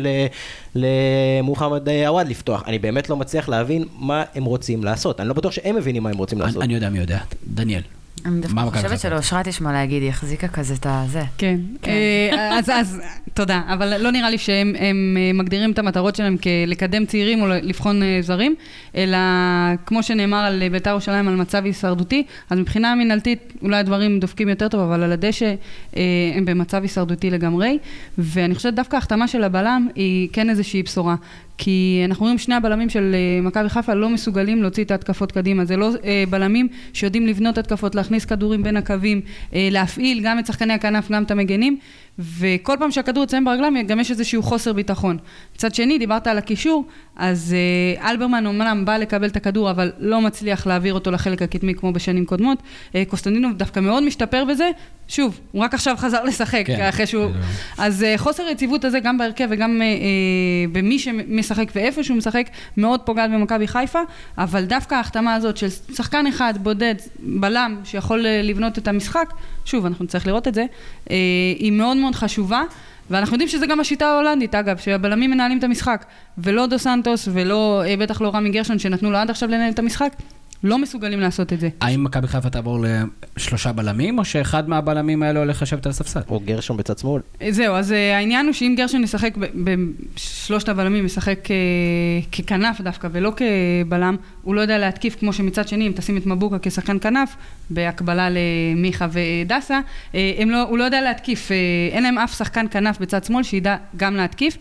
[SPEAKER 6] למוחמד עווד לפתוח. אני באמת לא מצליח להבין מה הם רוצים לעשות. אני לא בטוח שהם מבינים מה הם רוצים לעשות.
[SPEAKER 1] אני יודע מי יודע. דניאל.
[SPEAKER 3] אני דווקא חושבת שלא אושרת יש מה להגיד, היא החזיקה כזה את הזה.
[SPEAKER 5] כן, אז תודה, אבל לא נראה לי שהם מגדירים את המטרות שלהם כלקדם צעירים או לבחון זרים, אלא כמו שנאמר על בית"ר ירושלים על מצב הישרדותי, אז מבחינה מנהלתית אולי הדברים דופקים יותר טוב, אבל על הדשא הם במצב הישרדותי לגמרי, ואני חושבת דווקא ההחתמה של הבלם היא כן איזושהי בשורה. כי אנחנו רואים שני הבלמים של מכבי חיפה לא מסוגלים להוציא את ההתקפות קדימה. זה לא בלמים שיודעים לבנות התקפות, להכניס כדורים בין הקווים, להפעיל גם את שחקני הכנף, גם את המגנים, וכל פעם שהכדור יוצאים ברגלם, גם יש איזשהו חוסר ביטחון. מצד שני, דיברת על הקישור, אז אלברמן אומנם בא לקבל את הכדור, אבל לא מצליח להעביר אותו לחלק הקדמי כמו בשנים קודמות. קוסטנדינוב דווקא מאוד משתפר בזה. שוב, הוא רק עכשיו חזר לשחק, אחרי שהוא... אז חוסר היציבות הזה, גם בהרכב וגם במי שמשחק ואיפה שהוא משחק, מאוד פוגעת במכבי חיפה, אבל דווקא ההחתמה הזאת של שחקן אחד, בודד, בלם, שיכול לבנות את המשחק, שוב, אנחנו נצטרך לראות את זה, היא מאוד מאוד חשובה, ואנחנו יודעים שזה גם השיטה ההולנדית, אגב, שהבלמים מנהלים את המשחק, ולא דו סנטוס, ולא, בטח לא רמי גרשון, שנתנו לו עד עכשיו לנהל את המשחק, לא מסוגלים לעשות את זה.
[SPEAKER 1] האם מכבי חיפה תעבור ל3 בלמים, או שאחד מהבלמים האלה הולך לשבת על הספסל?
[SPEAKER 6] או גרשון בצד שמאל.
[SPEAKER 5] זהו, אז העניין הוא שאם גרשון ישחק בשלושת הבלמים, ישחק ככנף דווקא, ולא כבלם, הוא לא יודע להתקיף, כמו שמצד שני, אם תשים את מבוקה כשחקן כנף, בהקבלה למיכה ודסה, הוא לא יודע להתקיף, אין להם אף שחקן כנף בצד שמאל, שידע גם להתקיף,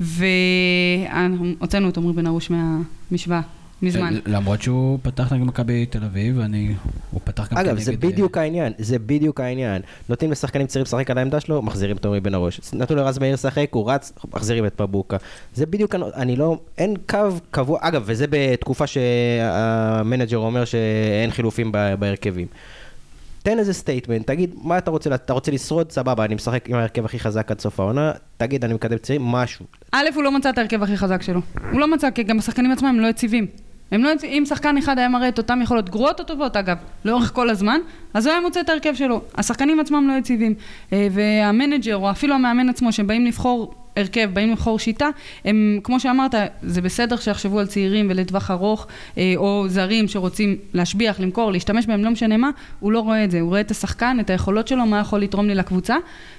[SPEAKER 5] והוצאנו את עמרי בן ארוש מהמשוואה. מזמן.
[SPEAKER 1] למרות שהוא פתח נגד מכבי תל אביב, הוא פתח גם
[SPEAKER 6] אגב, זה בדיוק העניין, זה בדיוק העניין. נותנים לשחקנים צעירים לשחק על העמדה שלו, מחזירים את עמרי בן ארוש. נתנו לרז מאיר לשחק, הוא רץ, מחזירים את מבוקה. זה בדיוק, אין קו קבוע, אגב, וזה בתקופה שהמנג'ר אומר שאין חילופים בהרכבים. תן איזה סטייטמנט, תגיד מה אתה רוצה, אתה רוצה לשרוד, סבבה, אני משחק עם ההרכב הכי חזק עד סוף העונה, תגיד, אני מקדם צעירים, משהו.
[SPEAKER 5] א', הוא לא מצא את ההרכב הכי חזק שלו. הוא לא מצא, כי גם השחקנים עצמם הם לא יציבים. אם שחקן אחד היה מראה את אותם יכולות גרועות או טובות, אגב, לאורך כל הזמן, אז הוא היה מוצא את ההרכב שלו. השחקנים עצמם לא יציבים. והמנג'ר, או אפילו המאמן עצמו, שהם באים לבחור הרכב, באים לבחור שיטה, הם, כמו שאמרת, זה בסדר שיחשבו על צעירים ולטווח ארוך, או זרים שרוצים להשביח, למכור, להשתמש בהם, לא משנה מה, הוא לא רואה את זה. הוא רואה את השחקן, את היכולות שלו, מה יכול לתרום לי לקבוצה,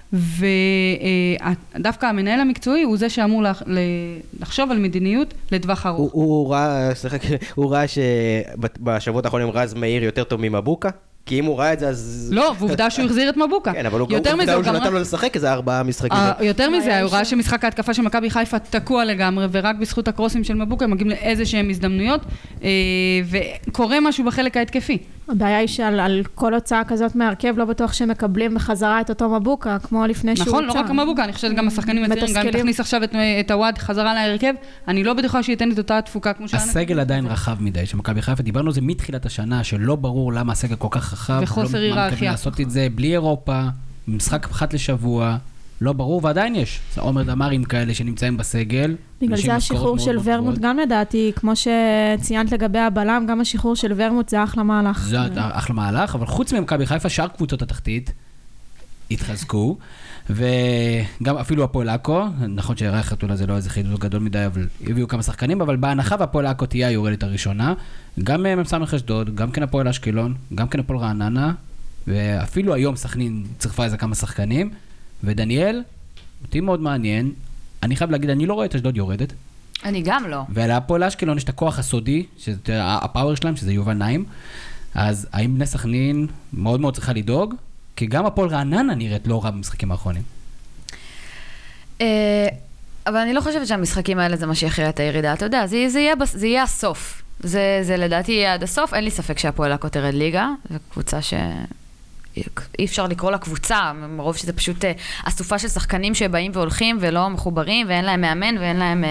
[SPEAKER 5] ודווקא המנהל המקצועי הוא זה שאמור לחשוב על מדיניות לטווח ארוך.
[SPEAKER 6] הוא ראה שבשבועות האחרונים רז מאיר יותר טוב ממבוקה? כי אם הוא ראה את זה, אז...
[SPEAKER 5] לא, ועובדה שהוא החזיר את מבוקה.
[SPEAKER 6] כן, אבל הוא נתן לו לשחק איזה 4 משחקים.
[SPEAKER 5] יותר מזה, הוא ראה שמשחק ההתקפה של מכבי חיפה תקוע לגמרי, ורק בזכות הקרוסים של מבוקה הם מגיעים לאיזה שהם הזדמנויות, וקורה משהו בחלק ההתקפי.
[SPEAKER 4] הבעיה היא שעל כל הוצאה כזאת מהרכב, לא בטוח שהם מקבלים בחזרה את אותו מבוקה, כמו לפני שהוא
[SPEAKER 5] נכון, לא רק המבוקה, אני חושבת גם השחקנים הצעירים, גם אם תכניס עכשיו את הוואד חזרה להרכב, אני לא בטוחה שייתן את אותה התפוקה כמו שאנחנו.
[SPEAKER 1] הסגל עדיין רחב מדי, שמכבי חיפה, דיברנו על זה מתחילת השנה, שלא ברור למה הסגל כל כך רחב,
[SPEAKER 5] וחוסר היררכיה.
[SPEAKER 1] לעשות את זה בלי אירופה, משחק אחת לשבוע, לא ברור, ועדיין יש. זה עומר דמרים כאלה שנמצאים בסגל.
[SPEAKER 4] בגלל זה השחרור של ורמוט גם לדעתי, כמו שציינת לגבי הבלם, גם השחרור של ורמוט זה אחלה מהלך.
[SPEAKER 1] זה אחלה מהלך, אבל חוץ ממכבי חיפה, שאר קבוצות התחתית התחזקו, וגם אפילו הפועל עכו, נכון שרייך חתולה זה לא איזה חידוש גדול מדי, אבל הביאו כמה שחקנים, אבל בהנחה והפועל עכו תהיה היורדת הראשונה, גם מ"ס אשדוד, גם כן הפועל אשקלון, גם כן הפועל רעננה, ואפילו היום סכנין צריכה איזה כמה שחקנים, ודניאל, אותי מאוד מעניין, אני חייב להגיד, אני לא רואה את אשדוד יורדת.
[SPEAKER 3] אני גם לא.
[SPEAKER 1] ולהפועל אשקלון יש את הכוח הסודי, הפאוור שלהם, שזה יובל נעים, אז האם בני סכנין מאוד מאוד צריכה לדאוג? כי גם הפועל רעננה נראית לא רע במשחקים האחרונים.
[SPEAKER 3] אבל אני לא חושבת שהמשחקים האלה זה מה שיכריע את הירידה. אתה יודע, זה יהיה הסוף. זה לדעתי יהיה עד הסוף. אין לי ספק שהפועל עכו תרד ליגה. זו קבוצה אי אפשר לקרוא לה קבוצה, מרוב שזה פשוט אסופה של שחקנים שבאים והולכים ולא מחוברים, ואין להם מאמן ואין להם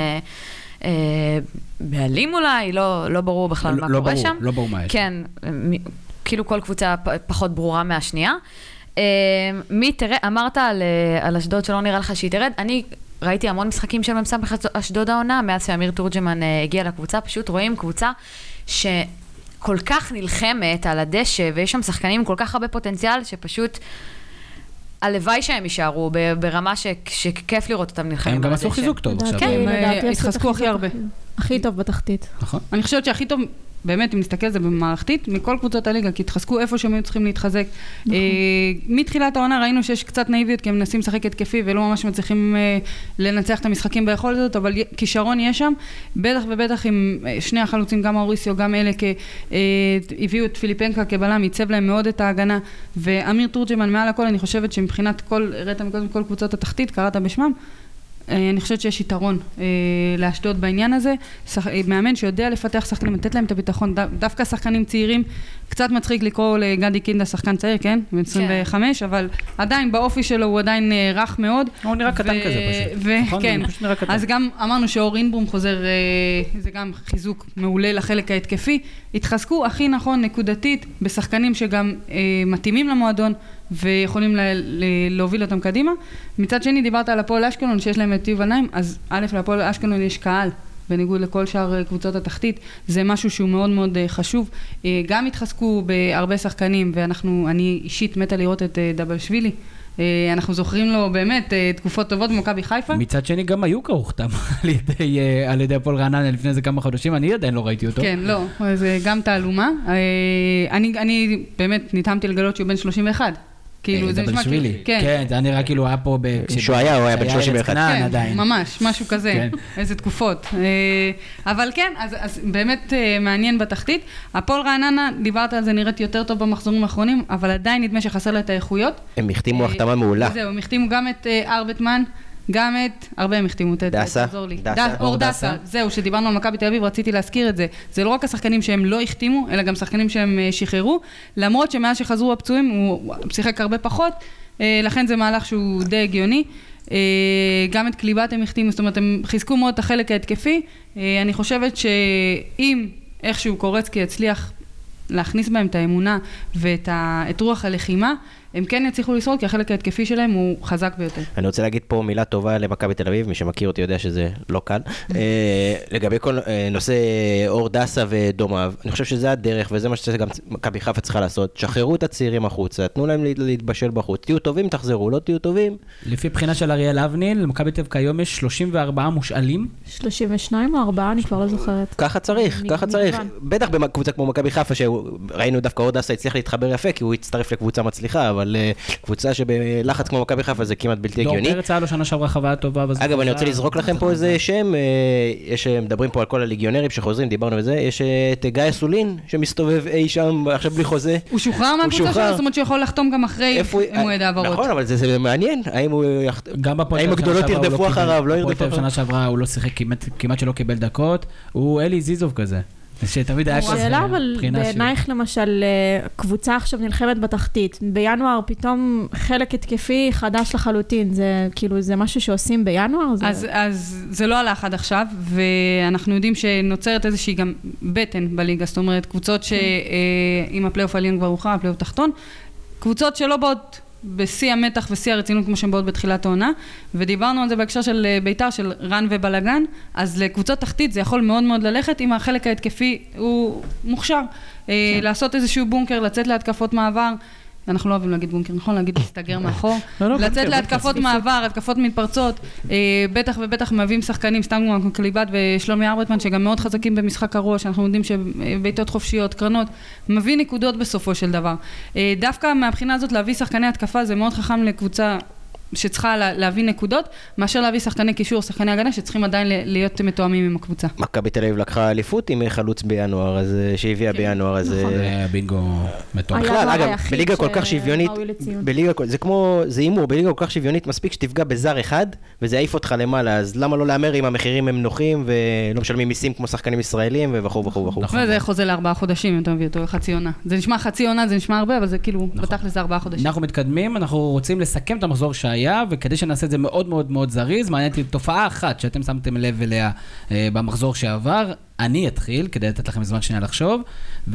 [SPEAKER 3] בעלים אולי, לא ברור בכלל מה קורה שם.
[SPEAKER 1] לא ברור מה יש.
[SPEAKER 3] כן, כאילו כל קבוצה פחות ברורה מהשנייה. מי תראה, אמרת על אשדוד שלא נראה לך שהיא תרד, אני ראיתי המון משחקים של מ"ס אשדוד העונה, מאז שאמיר תורג'מן הגיע לקבוצה, פשוט רואים קבוצה כל כך נלחמת על הדשא, ויש שם שחקנים עם כל כך הרבה פוטנציאל, שפשוט הלוואי שהם יישארו ברמה שכיף לראות אותם נלחמים
[SPEAKER 1] על הדשא.
[SPEAKER 3] הם
[SPEAKER 1] גם עשו חיזוק טוב עכשיו.
[SPEAKER 5] כן, התחזקו הכי הרבה.
[SPEAKER 4] הכי טוב בתחתית.
[SPEAKER 1] נכון.
[SPEAKER 5] אני חושבת שהכי טוב, באמת, אם נסתכל על זה במערכתית, מכל קבוצות הליגה, כי התחזקו איפה שהם היו צריכים להתחזק. מתחילת העונה ראינו שיש קצת נאיביות, כי הם מנסים לשחק התקפי, ולא ממש מצליחים לנצח את המשחקים ביכולת הזאת, אבל כישרון יש שם, בטח ובטח עם שני החלוצים, גם אוריסיו, גם אלה, הביאו את פיליפנקה כבלם, ייצב להם מאוד את ההגנה, ואמיר תורג'מן מעל הכל, אני חושבת שמבחינת הראית מקודם כל קבוצות התחתית, קראת בשמם, אני חושבת שיש יתרון לאשדוד בעניין הזה, מאמן שיודע לפתח שחקנים, לתת להם את הביטחון, דווקא שחקנים צעירים, קצת מצחיק לקרוא לגדי קינדה שחקן צעיר, כן? בן 25, אבל עדיין באופי שלו הוא עדיין רך מאוד.
[SPEAKER 1] הוא נראה קטן כזה פשוט.
[SPEAKER 5] כן, אז גם אמרנו שאור אינברום חוזר, זה גם חיזוק מעולה לחלק ההתקפי, התחזקו הכי נכון נקודתית בשחקנים שגם מתאימים למועדון, ויכולים להוביל אותם קדימה. מצד שני, דיברת על הפועל אשקלון, שיש להם את יובל נעים, אז א', להפועל אשקלון יש קהל, בניגוד לכל שאר קבוצות התחתית, זה משהו שהוא מאוד מאוד חשוב. גם התחזקו בהרבה שחקנים, אני אישית מתה לראות את דאבלשווילי, אנחנו זוכרים לו באמת תקופות טובות במכבי חיפה.
[SPEAKER 1] מצד שני גם היו כרוכתם על ידי הפועל רעננה לפני איזה כמה חודשים, אני עדיין לא ראיתי אותו.
[SPEAKER 5] כן, לא, זה גם תעלומה. אני באמת נתהמתי לגלות שהוא בן 31. כאילו זה נשמע כאילו,
[SPEAKER 1] כן, זה נראה כאילו היה פה
[SPEAKER 6] שהוא היה בן 31.
[SPEAKER 5] כן, ממש, משהו כזה, איזה תקופות. אבל כן, אז באמת מעניין בתחתית. הפועל רעננה, דיברת על זה, נראית יותר טוב במחזורים האחרונים, אבל עדיין נדמה שחסר לה את האיכויות.
[SPEAKER 6] הם החתימו החתמה מעולה.
[SPEAKER 5] זהו, הם החתימו גם את ארבטמן, גם את, הרבה הם החתימו, תעזור לי. אור דסה, זהו, שדיברנו על מכבי תל אביב, רציתי להזכיר את זה. זה לא רק השחקנים שהם לא החתימו, אלא גם שחקנים שהם שחררו, למרות שמאז שחזרו הפצועים, הוא שיחק הרבה פחות, לכן זה מהלך שהוא די הגיוני. גם את קליבת הם החתימו, זאת אומרת, הם חיזקו מאוד את החלק ההתקפי. אני חושבת שאם איכשהו קורצקי יצליח להכניס בהם את האמונה ואת רוח הלחימה, הם כן יצליחו לשרוד, כי החלק ההתקפי שלהם הוא חזק ביותר.
[SPEAKER 6] אני רוצה להגיד פה מילה טובה למכבי תל אביב, מי שמכיר אותי יודע שזה לא קל. לגבי כל נושא אור דסה ודומיו, אני חושב שזה הדרך, וזה מה שגם מכבי חיפה צריכה לעשות. שחררו את הצעירים החוצה, תנו להם להתבשל בחוץ. תהיו טובים, תחזרו, לא תהיו טובים.
[SPEAKER 1] לפי בחינה של אריאל אבניל, למכבי תל אביב כיום יש 34 מושאלים.
[SPEAKER 4] 32 או 4, אני כבר לא זוכרת.
[SPEAKER 6] ככה צריך, ככה צריך. בטח בקבוצה כמו מכבי חיפה, שראינו דווקא אור דסה הצליח להתחבר יפה, כי הוא הצטרף לקבוצה מצליחה, אבל קבוצה שבלחץ כמו מכבי חיפה זה כמעט בלתי הגיוני.
[SPEAKER 1] דור פרץ היה לו שנה שעברה חוויה טובה.
[SPEAKER 6] אגב, אני רוצה לזרוק לכם פה איזה שם, מדברים פה על כל הליגיונרים שחוזרים, דיברנו בזה, יש את גיא אסולין שמסתובב אי שם עכשיו בלי חוזה.
[SPEAKER 5] הוא שוחרר מהקבוצה שלו, זאת אומרת שהוא יכול לחתום גם אחרי מועד העברות.
[SPEAKER 6] נכון, אבל זה מעניין, האם הגדולות ירדפו אחריו, לא ירדפו אחריו.
[SPEAKER 1] שנה שעברה הוא לא שיחק, כמעט שלא קיבל דקות, הוא אלי זיזוב כזה. שתמיד היה כזה.
[SPEAKER 4] שאלה, אבל בעינייך למשל, קבוצה עכשיו נלחמת בתחתית. בינואר פתאום חלק התקפי חדש לחלוטין. זה כאילו, זה משהו שעושים בינואר?
[SPEAKER 5] אז זה לא הלך עד עכשיו, ואנחנו יודעים שנוצרת איזושהי גם בטן בליגה. זאת אומרת, קבוצות שעם הפלייאוף העליון כבר הוכרע, הפלייאוף תחתון, קבוצות שלא באות בשיא המתח ושיא הרצינות כמו שהן באות בתחילת העונה, ודיברנו על זה בהקשר של ביתר, של רן ובלגן, אז לקבוצות תחתית זה יכול מאוד מאוד ללכת, אם החלק ההתקפי הוא מוכשר, לעשות איזשהו בונקר, לצאת להתקפות מעבר, אנחנו לא אוהבים להגיד בונקר, נכון? להגיד להסתגר מאחור. לצאת להתקפות מעבר, התקפות מתפרצות, בטח ובטח מביאים שחקנים, סתם כמו קליבת ושלומי ארברטמן, שגם מאוד חזקים במשחק הראש, אנחנו יודעים שבעיטות חופשיות, קרנות, מביא נקודות בסופו של דבר. דווקא מהבחינה הזאת להביא שחקני התקפה, זה מאוד חכם לקבוצה שצריכה להביא נקודות, מאשר להביא שחקני קישור, שחקני הגנה, שצריכים עדיין להיות מתואמים עם הקבוצה.
[SPEAKER 6] מכבי תל אביב לקחה אליפות עם חלוץ בינואר, אז שהביאה בינואר, אז
[SPEAKER 1] בינגו מתואם.
[SPEAKER 6] בכלל, אגב, בליגה כל כך שוויונית, זה כמו, זה אימור, בליגה כל כך שוויונית, מספיק שתפגע בזר אחד, וזה יעיף אותך למעלה, אז למה לא לאמר אם המחירים הם נוחים, ולא משלמים מיסים כמו שחקנים ישראלים, וכו' וכו' וכו'.
[SPEAKER 5] וזה חוזה ל4 חודשים, אם אתה מביא אותו חצי עונה. זה נשמע חצי עונה, זה נשמע הרבה, אבל זה כאילו, בתכלס 4 חודשים.
[SPEAKER 1] אנחנו מתקדמים, אנחנו רוצים לסכם את המחזור שהיה, וכדי שנעשה את זה מאוד מאוד מאוד זריז, מעניינת לי תופעה אחת שאתם שמתם לב אליה במחזור שעבר, אני אתחיל, כדי לתת לכם זמן שנייה לחשוב,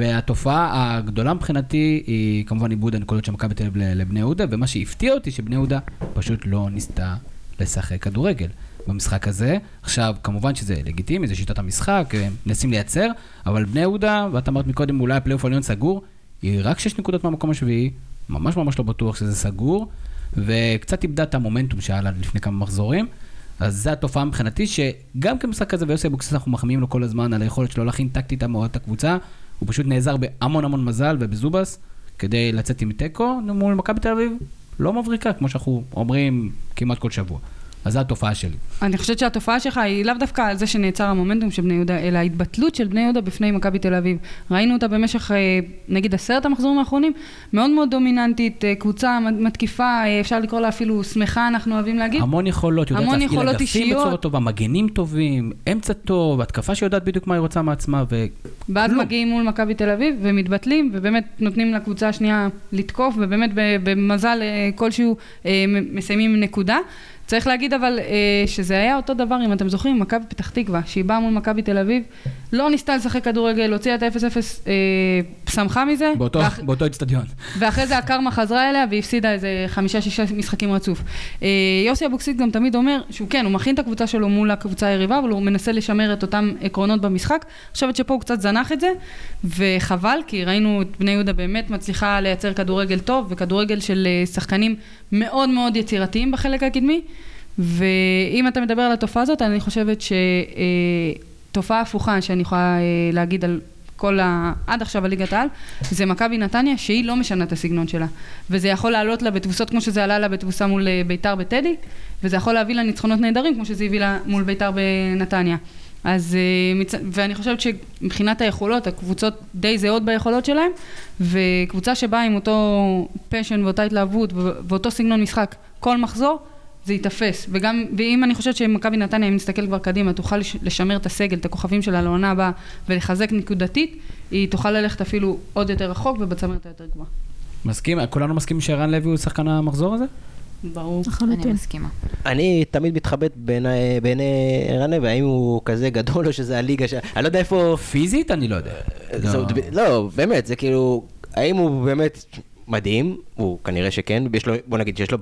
[SPEAKER 1] והתופעה הגדולה מבחינתי היא כמובן איבוד הנקודות של מכבי תל אביב לבני יהודה, ומה שהפתיע אותי שבני יהודה פשוט לא ניסתה לשחק כדורגל במשחק הזה. עכשיו, כמובן שזה לגיטימי, זה שיטת המשחק, מנסים לייצר, אבל בני יהודה, ואת אמרת מקודם, אולי הפלייאוף העליון סגור, היא רק 6 נקודות מהמקום השביעי, ממש ממש לא בטוח שזה סגור, וקצת איבדה את המומנטום שהיה לה לפני כמה מחזורים. אז זו התופעה מבחינתי, שגם כמשחק כזה, ויוסי אבוקסיס אנחנו מחמיאים לו כל הזמן על היכולת שלו להכין טקטית המועד הקבוצה, הוא פשוט נעזר בהמון המון מזל ובזובס, כדי לצאת עם טקו, מול מכבי תל אביב לא מבריקה, כמו שאנחנו אומרים כמעט כל שבוע. אז זו התופעה שלי.
[SPEAKER 5] אני חושבת שהתופעה שלך היא לאו דווקא על זה שנעצר המומנטום של בני יהודה, אלא ההתבטלות של בני יהודה בפני מכבי תל אביב. ראינו אותה במשך, נגיד 10 המחזורים האחרונים, מאוד מאוד דומיננטית, קבוצה מתקיפה, אפשר לקרוא לה אפילו שמחה, אנחנו אוהבים להגיד.
[SPEAKER 1] המון יכולות, יודעת להפעיל אגפים
[SPEAKER 5] אישיות.
[SPEAKER 1] בצורה טובה, מגנים טובים, אמצע טוב, התקפה שיודעת בדיוק מה היא רוצה מעצמה,
[SPEAKER 5] ואז מגיעים מול מכבי תל אביב ומתבטלים, ובאמת נותנים לקבוצה השנייה לתקוף, ובאמת במזל כלשהו מסיימים נקודה. צריך להגיד אבל שזה היה אותו דבר, אם אתם זוכרים, מכבי פתח תקווה, שהיא באה מול מכבי תל אביב, לא ניסתה לשחק כדורגל, הוציאה את ה-0-0, שמחה מזה.
[SPEAKER 1] באותו אצטדיון.
[SPEAKER 5] ואחרי זה הקרמה חזרה אליה, והפסידה איזה 5-6 משחקים רצוף. יוסי אבוקסיס גם תמיד אומר, שהוא כן, הוא מכין את הקבוצה שלו מול הקבוצה היריבה, אבל הוא מנסה לשמר את אותם עקרונות במשחק. חושבת שפה הוא קצת זנח את זה, וחבל, כי ראינו את בני יהודה באמת מצליחה לייצר כדורגל טוב, וכדורגל של שחקנים מאוד מאוד יצירתיים בחלק הקדמי, ואם אתה מדבר על התופעה הזאת, אני חושבת שתופעה הפוכה שאני יכולה להגיד על עד עכשיו הליגת העל, זה מכבי נתניה שהיא לא משנה את הסגנון שלה, וזה יכול לעלות לה בתבוסות כמו שזה עלה לה בתבוסה מול ביתר בטדי, וזה יכול להביא לה ניצחונות נהדרים כמו שזה הביא לה מול ביתר בנתניה. אז, ואני חושבת שמבחינת היכולות, הקבוצות די זהות ביכולות שלהם, וקבוצה שבאה עם אותו פשן ואותה התלהבות ואותו סגנון משחק כל מחזור, זה יתפס. ואם אני חושבת שמכבי נתניה, אם נסתכל כבר קדימה, תוכל לשמר את הסגל, את הכוכבים שלה לעונה הבאה, ולחזק נקודתית, היא תוכל ללכת אפילו עוד יותר רחוק, ובצמרת היותר גבוהה.
[SPEAKER 1] מסכים? כולנו מסכים שערן לוי הוא שחקן המחזור הזה?
[SPEAKER 5] ברור.
[SPEAKER 3] אני מסכימה.
[SPEAKER 6] אני תמיד מתחבט בעיני ערן לוי, האם הוא כזה גדול או שזה הליגה אני לא יודע איפה...
[SPEAKER 1] פיזית? אני לא יודע.
[SPEAKER 6] לא, באמת, זה כאילו... האם הוא באמת מדהים? הוא כנראה שכן. בוא נגיד שיש לו...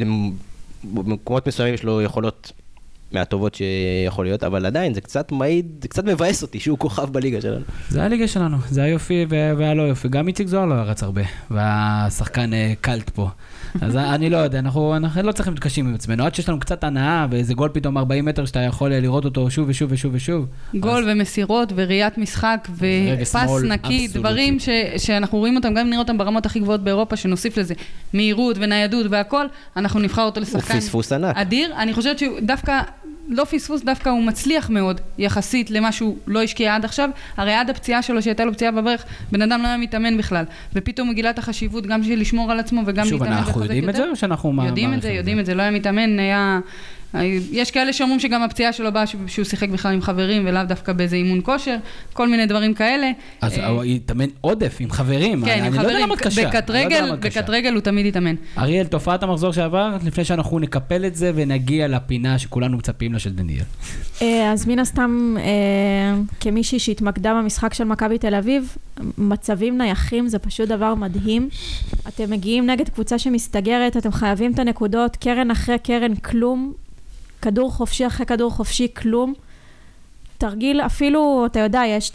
[SPEAKER 6] במקומות מסוימים יש לו יכולות מהטובות שיכול להיות, אבל עדיין זה קצת מעיד, זה קצת מבאס אותי שהוא כוכב בליגה שלנו.
[SPEAKER 1] זה הליגה שלנו, זה היופי והלא יופי. גם איציק זוהר לא רץ הרבה, והשחקן קלט פה. אז אני לא יודע, אנחנו לא צריכים להתקשים עם עצמנו, עד שיש לנו קצת הנאה, ואיזה גול פתאום 40 מטר שאתה יכול לראות אותו שוב ושוב ושוב ושוב.
[SPEAKER 5] גול ומסירות וראיית משחק ופס נקי, דברים שאנחנו רואים אותם, גם אם נראה אותם ברמות הכי גבוהות באירופה, שנוסיף לזה מהירות וניידות והכל, אנחנו נבחר אותו לשחקן אדיר. אני חושבת שדווקא לא פספוס, דווקא הוא מצליח מאוד יחסית למה שהוא לא השקיע עד עכשיו. הרי עד הפציעה שלו שהייתה לו פציעה בברך, בן אדם לא היה מתאמן בכלל, ופתאום הוא גילה את החשיבות גם של לשמור על עצמו וגם להתאמן
[SPEAKER 1] וחזק יותר. שוב, אנחנו יודעים את זה או שאנחנו...
[SPEAKER 5] יודעים את זה, לא היה מתאמן, היה יש כאלה שאומרים שגם הפציעה שלו באה שהוא שיחק בכלל עם חברים, ולאו דווקא באיזה אימון כושר, כל מיני דברים כאלה.
[SPEAKER 1] אז הוא יתאמן עודף עם חברים.
[SPEAKER 5] כן, עם חברים. בקט רגל הוא תמיד יתאמן.
[SPEAKER 1] אריאל, תופעת המחזור שעבר, לפני שאנחנו נקפל את זה ונגיע לפינה שכולנו מצפים לה של דניאל.
[SPEAKER 4] אז מן הסתם, כמישהי שהתמקדה במשחק של מכבי תל אביב, מצבים נייחים זה פשוט דבר מדהים. אתם מגיעים נגד קבוצה שמסתגרת, אתם חייבים את הנקודות, קרן אחרי קרן, כלום. כדור חופשי אחרי כדור חופשי, כלום. תרגיל, אפילו, אתה יודע, יש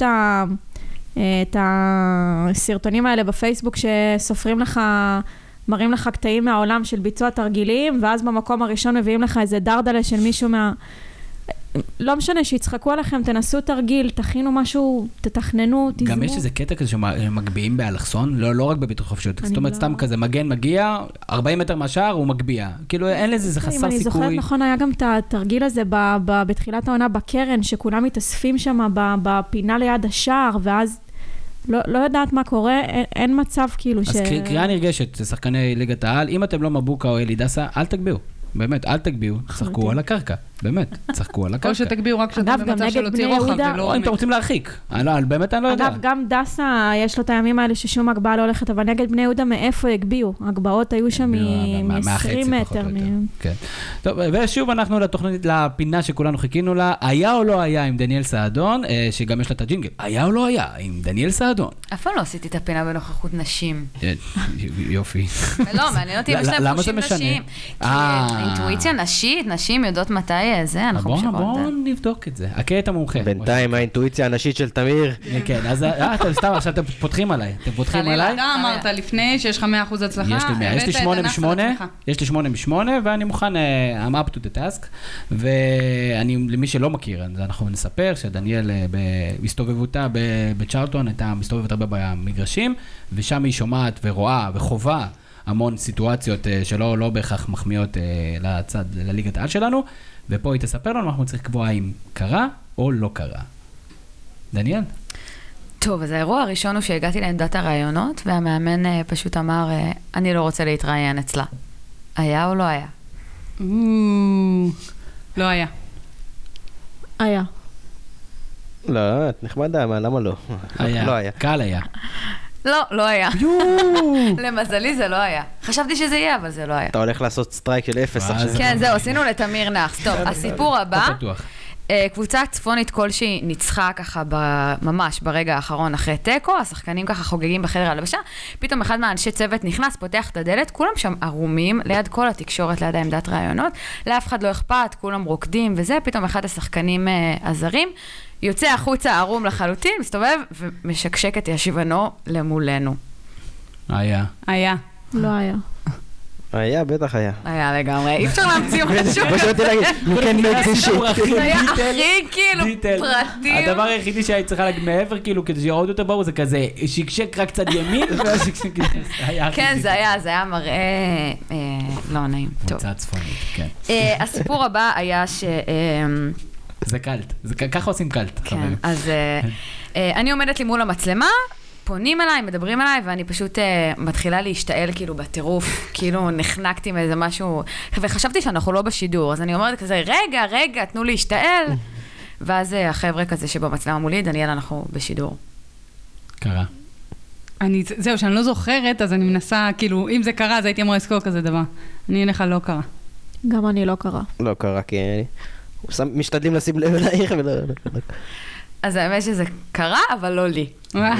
[SPEAKER 4] את הסרטונים האלה בפייסבוק שסופרים לך, מראים לך קטעים מהעולם של ביצוע תרגילים, ואז במקום הראשון מביאים לך איזה דרדלה של מישהו לא משנה, שיצחקו עליכם, תנסו תרגיל, תכינו משהו, תתכננו, תזמו.
[SPEAKER 1] גם יש איזה קטע כזה שמגביעים באלכסון, לא רק בביטוח חופשיות. זאת אומרת, סתם כזה, מגן מגיע, 40 מטר מהשאר, הוא מגביע. כאילו, אין לזה, זה חסר סיכוי.
[SPEAKER 4] אם אני זוכרת נכון, היה גם את התרגיל הזה בתחילת העונה בקרן, שכולם מתאספים שם בפינה ליד השער, ואז לא יודעת מה קורה, אין מצב כאילו
[SPEAKER 1] אז קריאה נרגשת, זה שחקני ליגת העל, אם אתם לא מבוקה או אלי דסה, אל תגביעו. באמת, אל תגביעו, צחקו על הקרקע. באמת, צחקו על הקרקע.
[SPEAKER 5] או שתגביעו רק שאתם במצב של הוציא רוחב.
[SPEAKER 1] או אם אתם רוצים להרחיק. באמת, אני לא יודע.
[SPEAKER 4] אגב, גם דסה, יש לו את הימים האלה ששום הגבעה לא הולכת, אבל נגד בני יהודה מאיפה הגביעו? הגבעות היו שם מ-20 מטר.
[SPEAKER 1] כן. טוב, ושוב אנחנו לתוכנית, לפינה שכולנו חיכינו לה, היה או לא היה עם דניאל סעדון, שגם יש לה את הג'ינגל. היה או לא היה עם דניאל סעדון.
[SPEAKER 3] אף פעם לא עשיתי את הפינה בנוכחות נשים.
[SPEAKER 1] יופי.
[SPEAKER 3] לא, מעניין אותי אם יש להם חושים נשיים. אינטואיציה נשית, נשים יודעות מתי זה, אנחנו משאבות.
[SPEAKER 1] בואו נבדוק את זה. הקטע המומחה.
[SPEAKER 6] בינתיים האינטואיציה הנשית של תמיר.
[SPEAKER 1] כן, אז סתם, עכשיו אתם פותחים עליי. אתם פותחים עליי?
[SPEAKER 5] אתה אמרת לפני שיש לך 100% הצלחה.
[SPEAKER 1] יש לי 100, יש לי 8 מ-8, ואני מוכן, I'm up to the task. ואני, למי שלא מכיר, אנחנו נספר שדניאל בהסתובבותה בצ'ארלטון, הייתה מסתובבת הרבה במגרשים, ושם היא שומעת ורואה וחובה המון סיטואציות שלא בהכרח מחמיאות לצד, לליגת העל שלנו, ופה היא תספר לנו, אנחנו צריכים לקבוע אם קרה או לא קרה. דניאל?
[SPEAKER 3] טוב, אז האירוע הראשון הוא שהגעתי לעמדת הרעיונות, והמאמן פשוט אמר, אני לא רוצה להתראיין אצלה. היה או לא היה?
[SPEAKER 5] לא היה.
[SPEAKER 4] היה.
[SPEAKER 6] לא, את נחמדה, למה לא?
[SPEAKER 1] לא היה. קל היה.
[SPEAKER 3] לא, לא היה. למזלי זה לא היה. חשבתי שזה יהיה, אבל זה לא היה.
[SPEAKER 6] אתה הולך לעשות סטרייק של 0 עכשיו.
[SPEAKER 3] כן, זהו, עשינו לתמיר נחס. טוב, הסיפור הבא, קבוצה צפונית כלשהי ניצחה ככה ממש ברגע האחרון אחרי טקו, השחקנים ככה חוגגים בחדר הלבשה, פתאום אחד מהאנשי צוות נכנס, פותח את הדלת, כולם שם ערומים, ליד כל התקשורת, ליד העמדת רעיונות, לאף אחד לא אכפת, כולם רוקדים וזה, פתאום אחד השחקנים הזרים, יוצא החוצה ערום לחלוטין, מסתובב ומשקשק את ישיבנו למולנו.
[SPEAKER 1] היה.
[SPEAKER 5] היה.
[SPEAKER 4] לא היה.
[SPEAKER 6] היה, בטח היה.
[SPEAKER 3] היה לגמרי, אי אפשר להמציא משהו.
[SPEAKER 6] מה שבאתי להגיד,
[SPEAKER 3] זה היה הכי כאילו פרטים.
[SPEAKER 1] הדבר היחידי שהיא צריכה להגיד מעבר, כאילו, כדי שיראו אותו ברור, זה כזה, שקשק רק קצת ימין,
[SPEAKER 3] כן, זה היה מראה לא נעים.
[SPEAKER 1] קבוצה צפונית, כן.
[SPEAKER 3] הסיפור הבא היה ש...
[SPEAKER 1] זה קלט, ככה עושים קלט.
[SPEAKER 3] כן, אז אני עומדת לי מול המצלמה, פונים אליי, מדברים אליי, ואני פשוט מתחילה להשתעל כאילו בטירוף, כאילו נחנקתי מאיזה משהו, וחשבתי שאנחנו לא בשידור, אז אני אומרת כזה, רגע, תנו להשתעל, ואז החבר'ה כזה שבמצלמה מולי, דניאל, אנחנו בשידור.
[SPEAKER 1] קרה.
[SPEAKER 5] זהו, שאני לא זוכרת, אז אני מנסה, כאילו, אם זה קרה, אז הייתי אמורה לזכור כזה דבר. אני לך לא קרה.
[SPEAKER 4] גם אני לא קרה.
[SPEAKER 6] לא קרה, כי משתדלים לשים לב אלייך ולא...
[SPEAKER 3] אז האמת שזה קרה, אבל לא לי.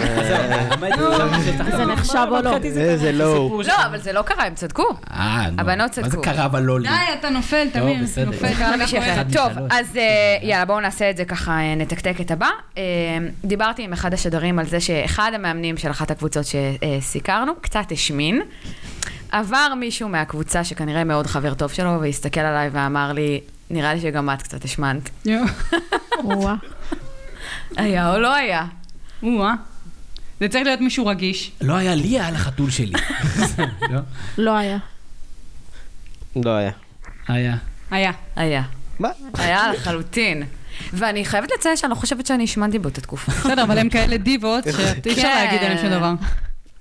[SPEAKER 4] זה נחשב או לא?
[SPEAKER 6] זה לא.
[SPEAKER 3] לא, אבל זה לא קרה, הם צדקו. הבנות צדקו.
[SPEAKER 1] מה זה קרה, אבל לא לי?
[SPEAKER 5] די, אתה נופל, תמיר.
[SPEAKER 3] טוב, אז יאללה, בואו נעשה את זה ככה, נתקתק את הבא. דיברתי עם אחד השדרים על זה שאחד המאמנים של אחת הקבוצות שסיקרנו, קצת השמין. עבר מישהו מהקבוצה שכנראה מאוד חבר טוב שלו, והסתכל עליי ואמר לי, נראה לי שגם את קצת השמנת.
[SPEAKER 4] וואה.
[SPEAKER 3] היה או לא היה?
[SPEAKER 5] זה צריך להיות מישהו רגיש.
[SPEAKER 1] לא היה לי, היה לחתול שלי.
[SPEAKER 4] לא היה.
[SPEAKER 6] לא היה.
[SPEAKER 3] היה.
[SPEAKER 6] מה?
[SPEAKER 3] היה לחלוטין. ואני חייבת לציין שאני לא חושבת שאני השמנתי באותה תקופה.
[SPEAKER 5] בסדר, אבל הם כאלה דיבות שאי אפשר להגיד עליהם שום דבר.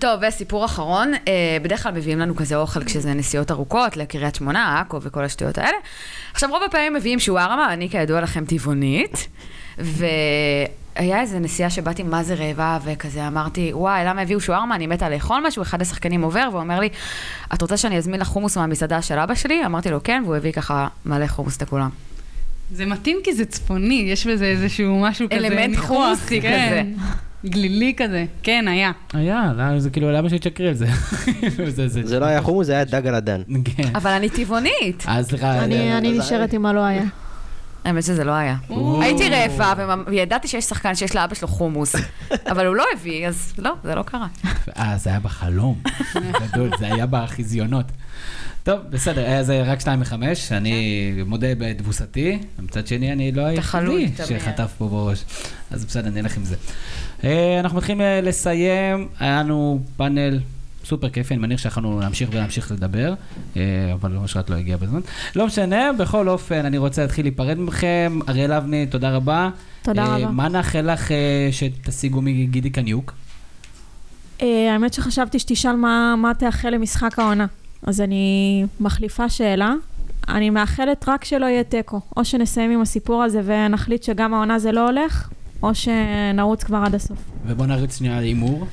[SPEAKER 3] טוב, וסיפור אחרון, בדרך כלל מביאים לנו כזה אוכל כשזה נסיעות ארוכות, לקריית שמונה, עכו וכל השטויות האלה. עכשיו, רוב הפעמים מביאים שווארמה, אני כידוע לכם טבעונית, והיה איזו נסיעה שבאתי מה זה רעבה, וכזה אמרתי, וואי, למה הביאו שווארמה? אני מתה לאכול משהו, אחד השחקנים עובר ואומר לי, את רוצה שאני אזמין לך חומוס מהמסעדה של אבא שלי? אמרתי לו כן, והוא הביא ככה מלא חומוס לכולם.
[SPEAKER 5] זה מתאים כי זה צפוני, יש בזה איזשהו משהו כזה.
[SPEAKER 3] אלמנט חומוסי כזה.
[SPEAKER 5] גלילי כזה, כן, היה.
[SPEAKER 1] היה, זה כאילו, למה שתשקרי על זה?
[SPEAKER 6] זה לא היה חומוס, זה היה דג על הדן.
[SPEAKER 3] אבל אני טבעונית.
[SPEAKER 4] אני נשארת עם מה לא היה.
[SPEAKER 3] האמת שזה לא היה. הייתי רעבה, וידעתי שיש שחקן שיש לאבא שלו חומוס, אבל הוא לא הביא, אז לא, זה לא קרה.
[SPEAKER 1] זה היה בחלום. גדול, זה היה בחזיונות. טוב, בסדר, זה רק 2-5, אני מודה בתבוסתי, מצד שני אני לא היחידי שחטף פה בראש, אז בסדר, אני אלך עם זה. אנחנו מתחילים לסיים, היה לנו פאנל סופר כיפי, אני מניח שיכולנו להמשיך לדבר, אבל אושרת לא הגיע בזמן. לא משנה, בכל אופן, אני רוצה להתחיל להיפרד מכם, אריאל אבני, תודה רבה.
[SPEAKER 4] תודה רבה.
[SPEAKER 1] מה נאחל לך שתשיגו מגידי קניוק?
[SPEAKER 4] האמת שחשבתי שתשאל מה תאחל למשחק העונה. אז אני מחליפה שאלה, אני מאחלת רק שלא יהיה טקו, או שנסיים עם הסיפור הזה ונחליט שגם העונה זה לא הולך, או שנרוץ כבר עד הסוף.
[SPEAKER 1] ובוא נריץ שנייה על אימור.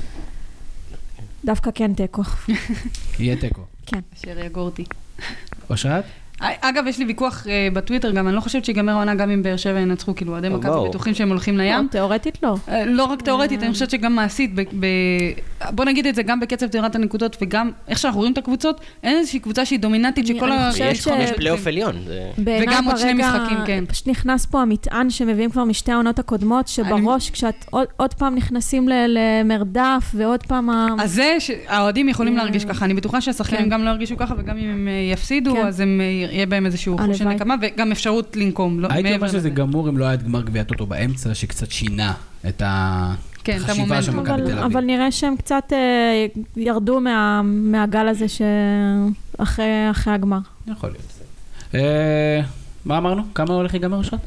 [SPEAKER 4] דווקא כן טקו.
[SPEAKER 1] יהיה טקו.
[SPEAKER 4] כן.
[SPEAKER 5] אשר יגורתי.
[SPEAKER 1] אושרת?
[SPEAKER 5] אגב, יש לי ויכוח בטוויטר גם, אני לא חושבת שיגמר העונה גם אם באר שבע ינצחו, כאילו, עדי מכבי בטוחים שהם הולכים לים.
[SPEAKER 4] תיאורטית לא.
[SPEAKER 5] לא רק תיאורטית, אני חושבת שגם מעשית, בוא נגיד את זה, גם בקצב תירת הנקודות, וגם איך שאנחנו רואים את הקבוצות, אין איזושהי קבוצה שהיא דומיננטית, שכל
[SPEAKER 6] יש פלייאוף עליון.
[SPEAKER 5] וגם עוד שני משחקים, כן.
[SPEAKER 4] פשוט נכנס פה המטען שמביאים כבר משתי העונות הקודמות, שבראש, כשאת עוד פעם נכנסים למרדף, ועוד פעם...
[SPEAKER 5] אז זה שהאוהדים יכולים להרגיש ככה, אני בטוחה שהשחקנים גם לא ירגישו ככה, וגם אם הם יפסידו, אז הם יהיה בהם איזשהו חוש של נקמה, וגם אפשרות לנקום.
[SPEAKER 1] הייתי אומר שזה גמור אם לא היה את גמר גביע הטוטו באמצע, שקצת שינה את החשיבה של מכבי תל אביב.
[SPEAKER 4] אבל נראה שהם קצת ירדו מהגל הזה אחרי הגמר.
[SPEAKER 1] יכול להיות. מה אמרנו? כמה הולך להיגמר אושרת?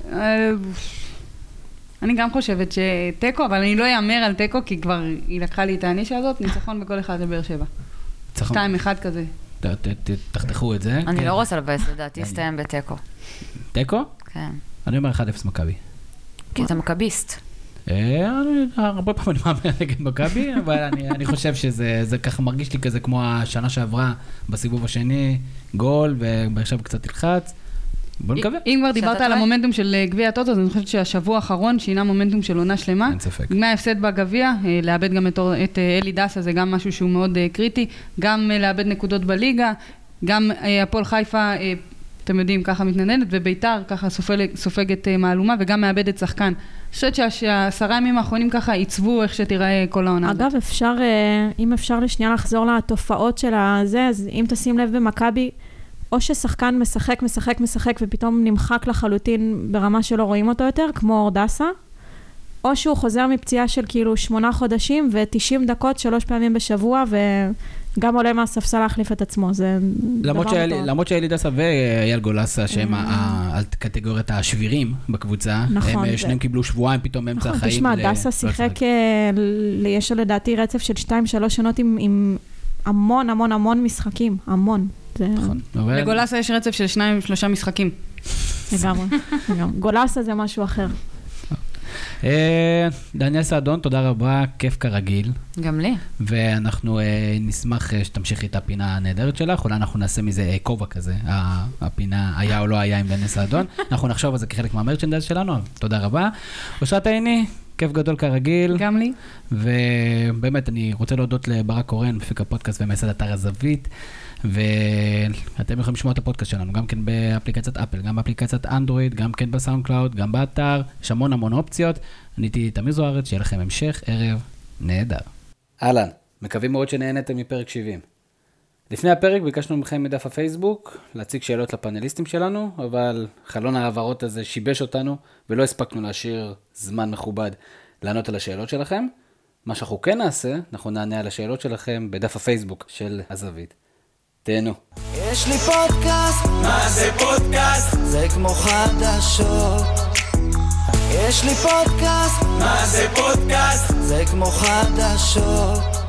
[SPEAKER 5] אני גם חושבת שטקו, אבל אני לא יאמר על טקו, כי כבר היא לקחה לי את הנישה הזאת, ניצחון בכל אחד לבאר שבע. 2-1 כזה.
[SPEAKER 1] תחתכו את זה.
[SPEAKER 3] אני לא רוצה לבאס, לדעתי, הסתיים בטקו.
[SPEAKER 1] טקו?
[SPEAKER 3] כן.
[SPEAKER 1] אני אומר 1-0 מכבי.
[SPEAKER 3] כי אתה מכביסט.
[SPEAKER 1] הרבה פעמים אני מאמר נגד מכבי, אבל אני חושב שזה ככה מרגיש לי כזה כמו השנה שעברה בסיבוב השני, גול, ועכשיו קצת תלחץ. בוא נקווה.
[SPEAKER 5] אם כבר דיברת על המומנטום של גביע הטוטו, אז אני חושבת שהשבוע האחרון שינה מומנטום של עונה שלמה.
[SPEAKER 1] אין ספק.
[SPEAKER 5] מההפסד בגביע, לאבד גם את אלי דסה, זה גם משהו שהוא מאוד קריטי, גם לאבד נקודות בליגה, גם הפועל חיפה, אתם יודעים, ככה מתנדנדת, וביתר ככה סופגת מהלומה, וגם מאבדת שחקן. אני חושבת שה10 ימים האחרונים ככה ייצבו איך שתיראה כל העונה.
[SPEAKER 4] אגב, אם אפשר לשנייה לחזור לתופעות של הזה, אז אם תשים לב במכבי, או ששחקן משחק, ופתאום נמחק לחלוטין ברמה שלא רואים אותו יותר, כמו אורדסה, או שהוא חוזר מפציעה של כאילו 8 חודשים, ו90 דקות 3 פעמים בשבוע, וגם עולה מהספסל להחליף את עצמו. זה דבר טוב.
[SPEAKER 1] למרות שאלי דסה ואייל גולסה, שהם על קטגוריית השבירים בקבוצה, הם שניהם קיבלו שבועיים פתאום באמצע החיים.
[SPEAKER 4] תשמע, דסה שיחק, יש לדעתי רצף של 2-3 שנות עם המון משחקים, המון.
[SPEAKER 1] נכון.
[SPEAKER 5] לגולסה יש רצף של 2-3 משחקים.
[SPEAKER 4] לגמרי. גולסה זה משהו אחר.
[SPEAKER 1] דניאל סעדון, תודה רבה, כיף כרגיל.
[SPEAKER 3] גם לי.
[SPEAKER 1] ואנחנו נשמח שתמשיכי את הפינה הנהדרת שלך, אולי אנחנו נעשה מזה כובע כזה, הפינה היה או לא היה עם דניאל סעדון. אנחנו נחשוב על זה כחלק מהמרצ'נדייז שלנו, תודה רבה. אושרת עיני, כיף גדול כרגיל.
[SPEAKER 5] גם לי.
[SPEAKER 1] ובאמת, אני רוצה להודות לברק קורן, מפיק הפודקאסט ומייסד אתר הזווית, ואתם יכולים לשמוע את הפודקאסט שלנו, גם כן באפליקציית אפל, גם באפליקציית אנדרואיד, גם כן בסאונד קלאוד, גם באתר, יש המון אופציות. אני הייתי תמיר זוארץ, שיהיה לכם המשך ערב נהדר. אהלן, מקווים מאוד שנהנתם מפרק 70. לפני הפרק ביקשנו מכם מדף הפייסבוק להציג שאלות לפאנליסטים שלנו, אבל חלון העברות הזה שיבש אותנו, ולא הספקנו להשאיר זמן מכובד לענות על השאלות שלכם. מה שאנחנו כן נעשה, אנחנו נענה על השאלות שלכם בדף הפייסבוק של הזווית. תהנו.
[SPEAKER 2] יש לי פודקאסט, מה זה פודקאסט? זה כמו חדשות. יש לי פודקאסט, מה זה פודקאסט? זה כמו חדשות.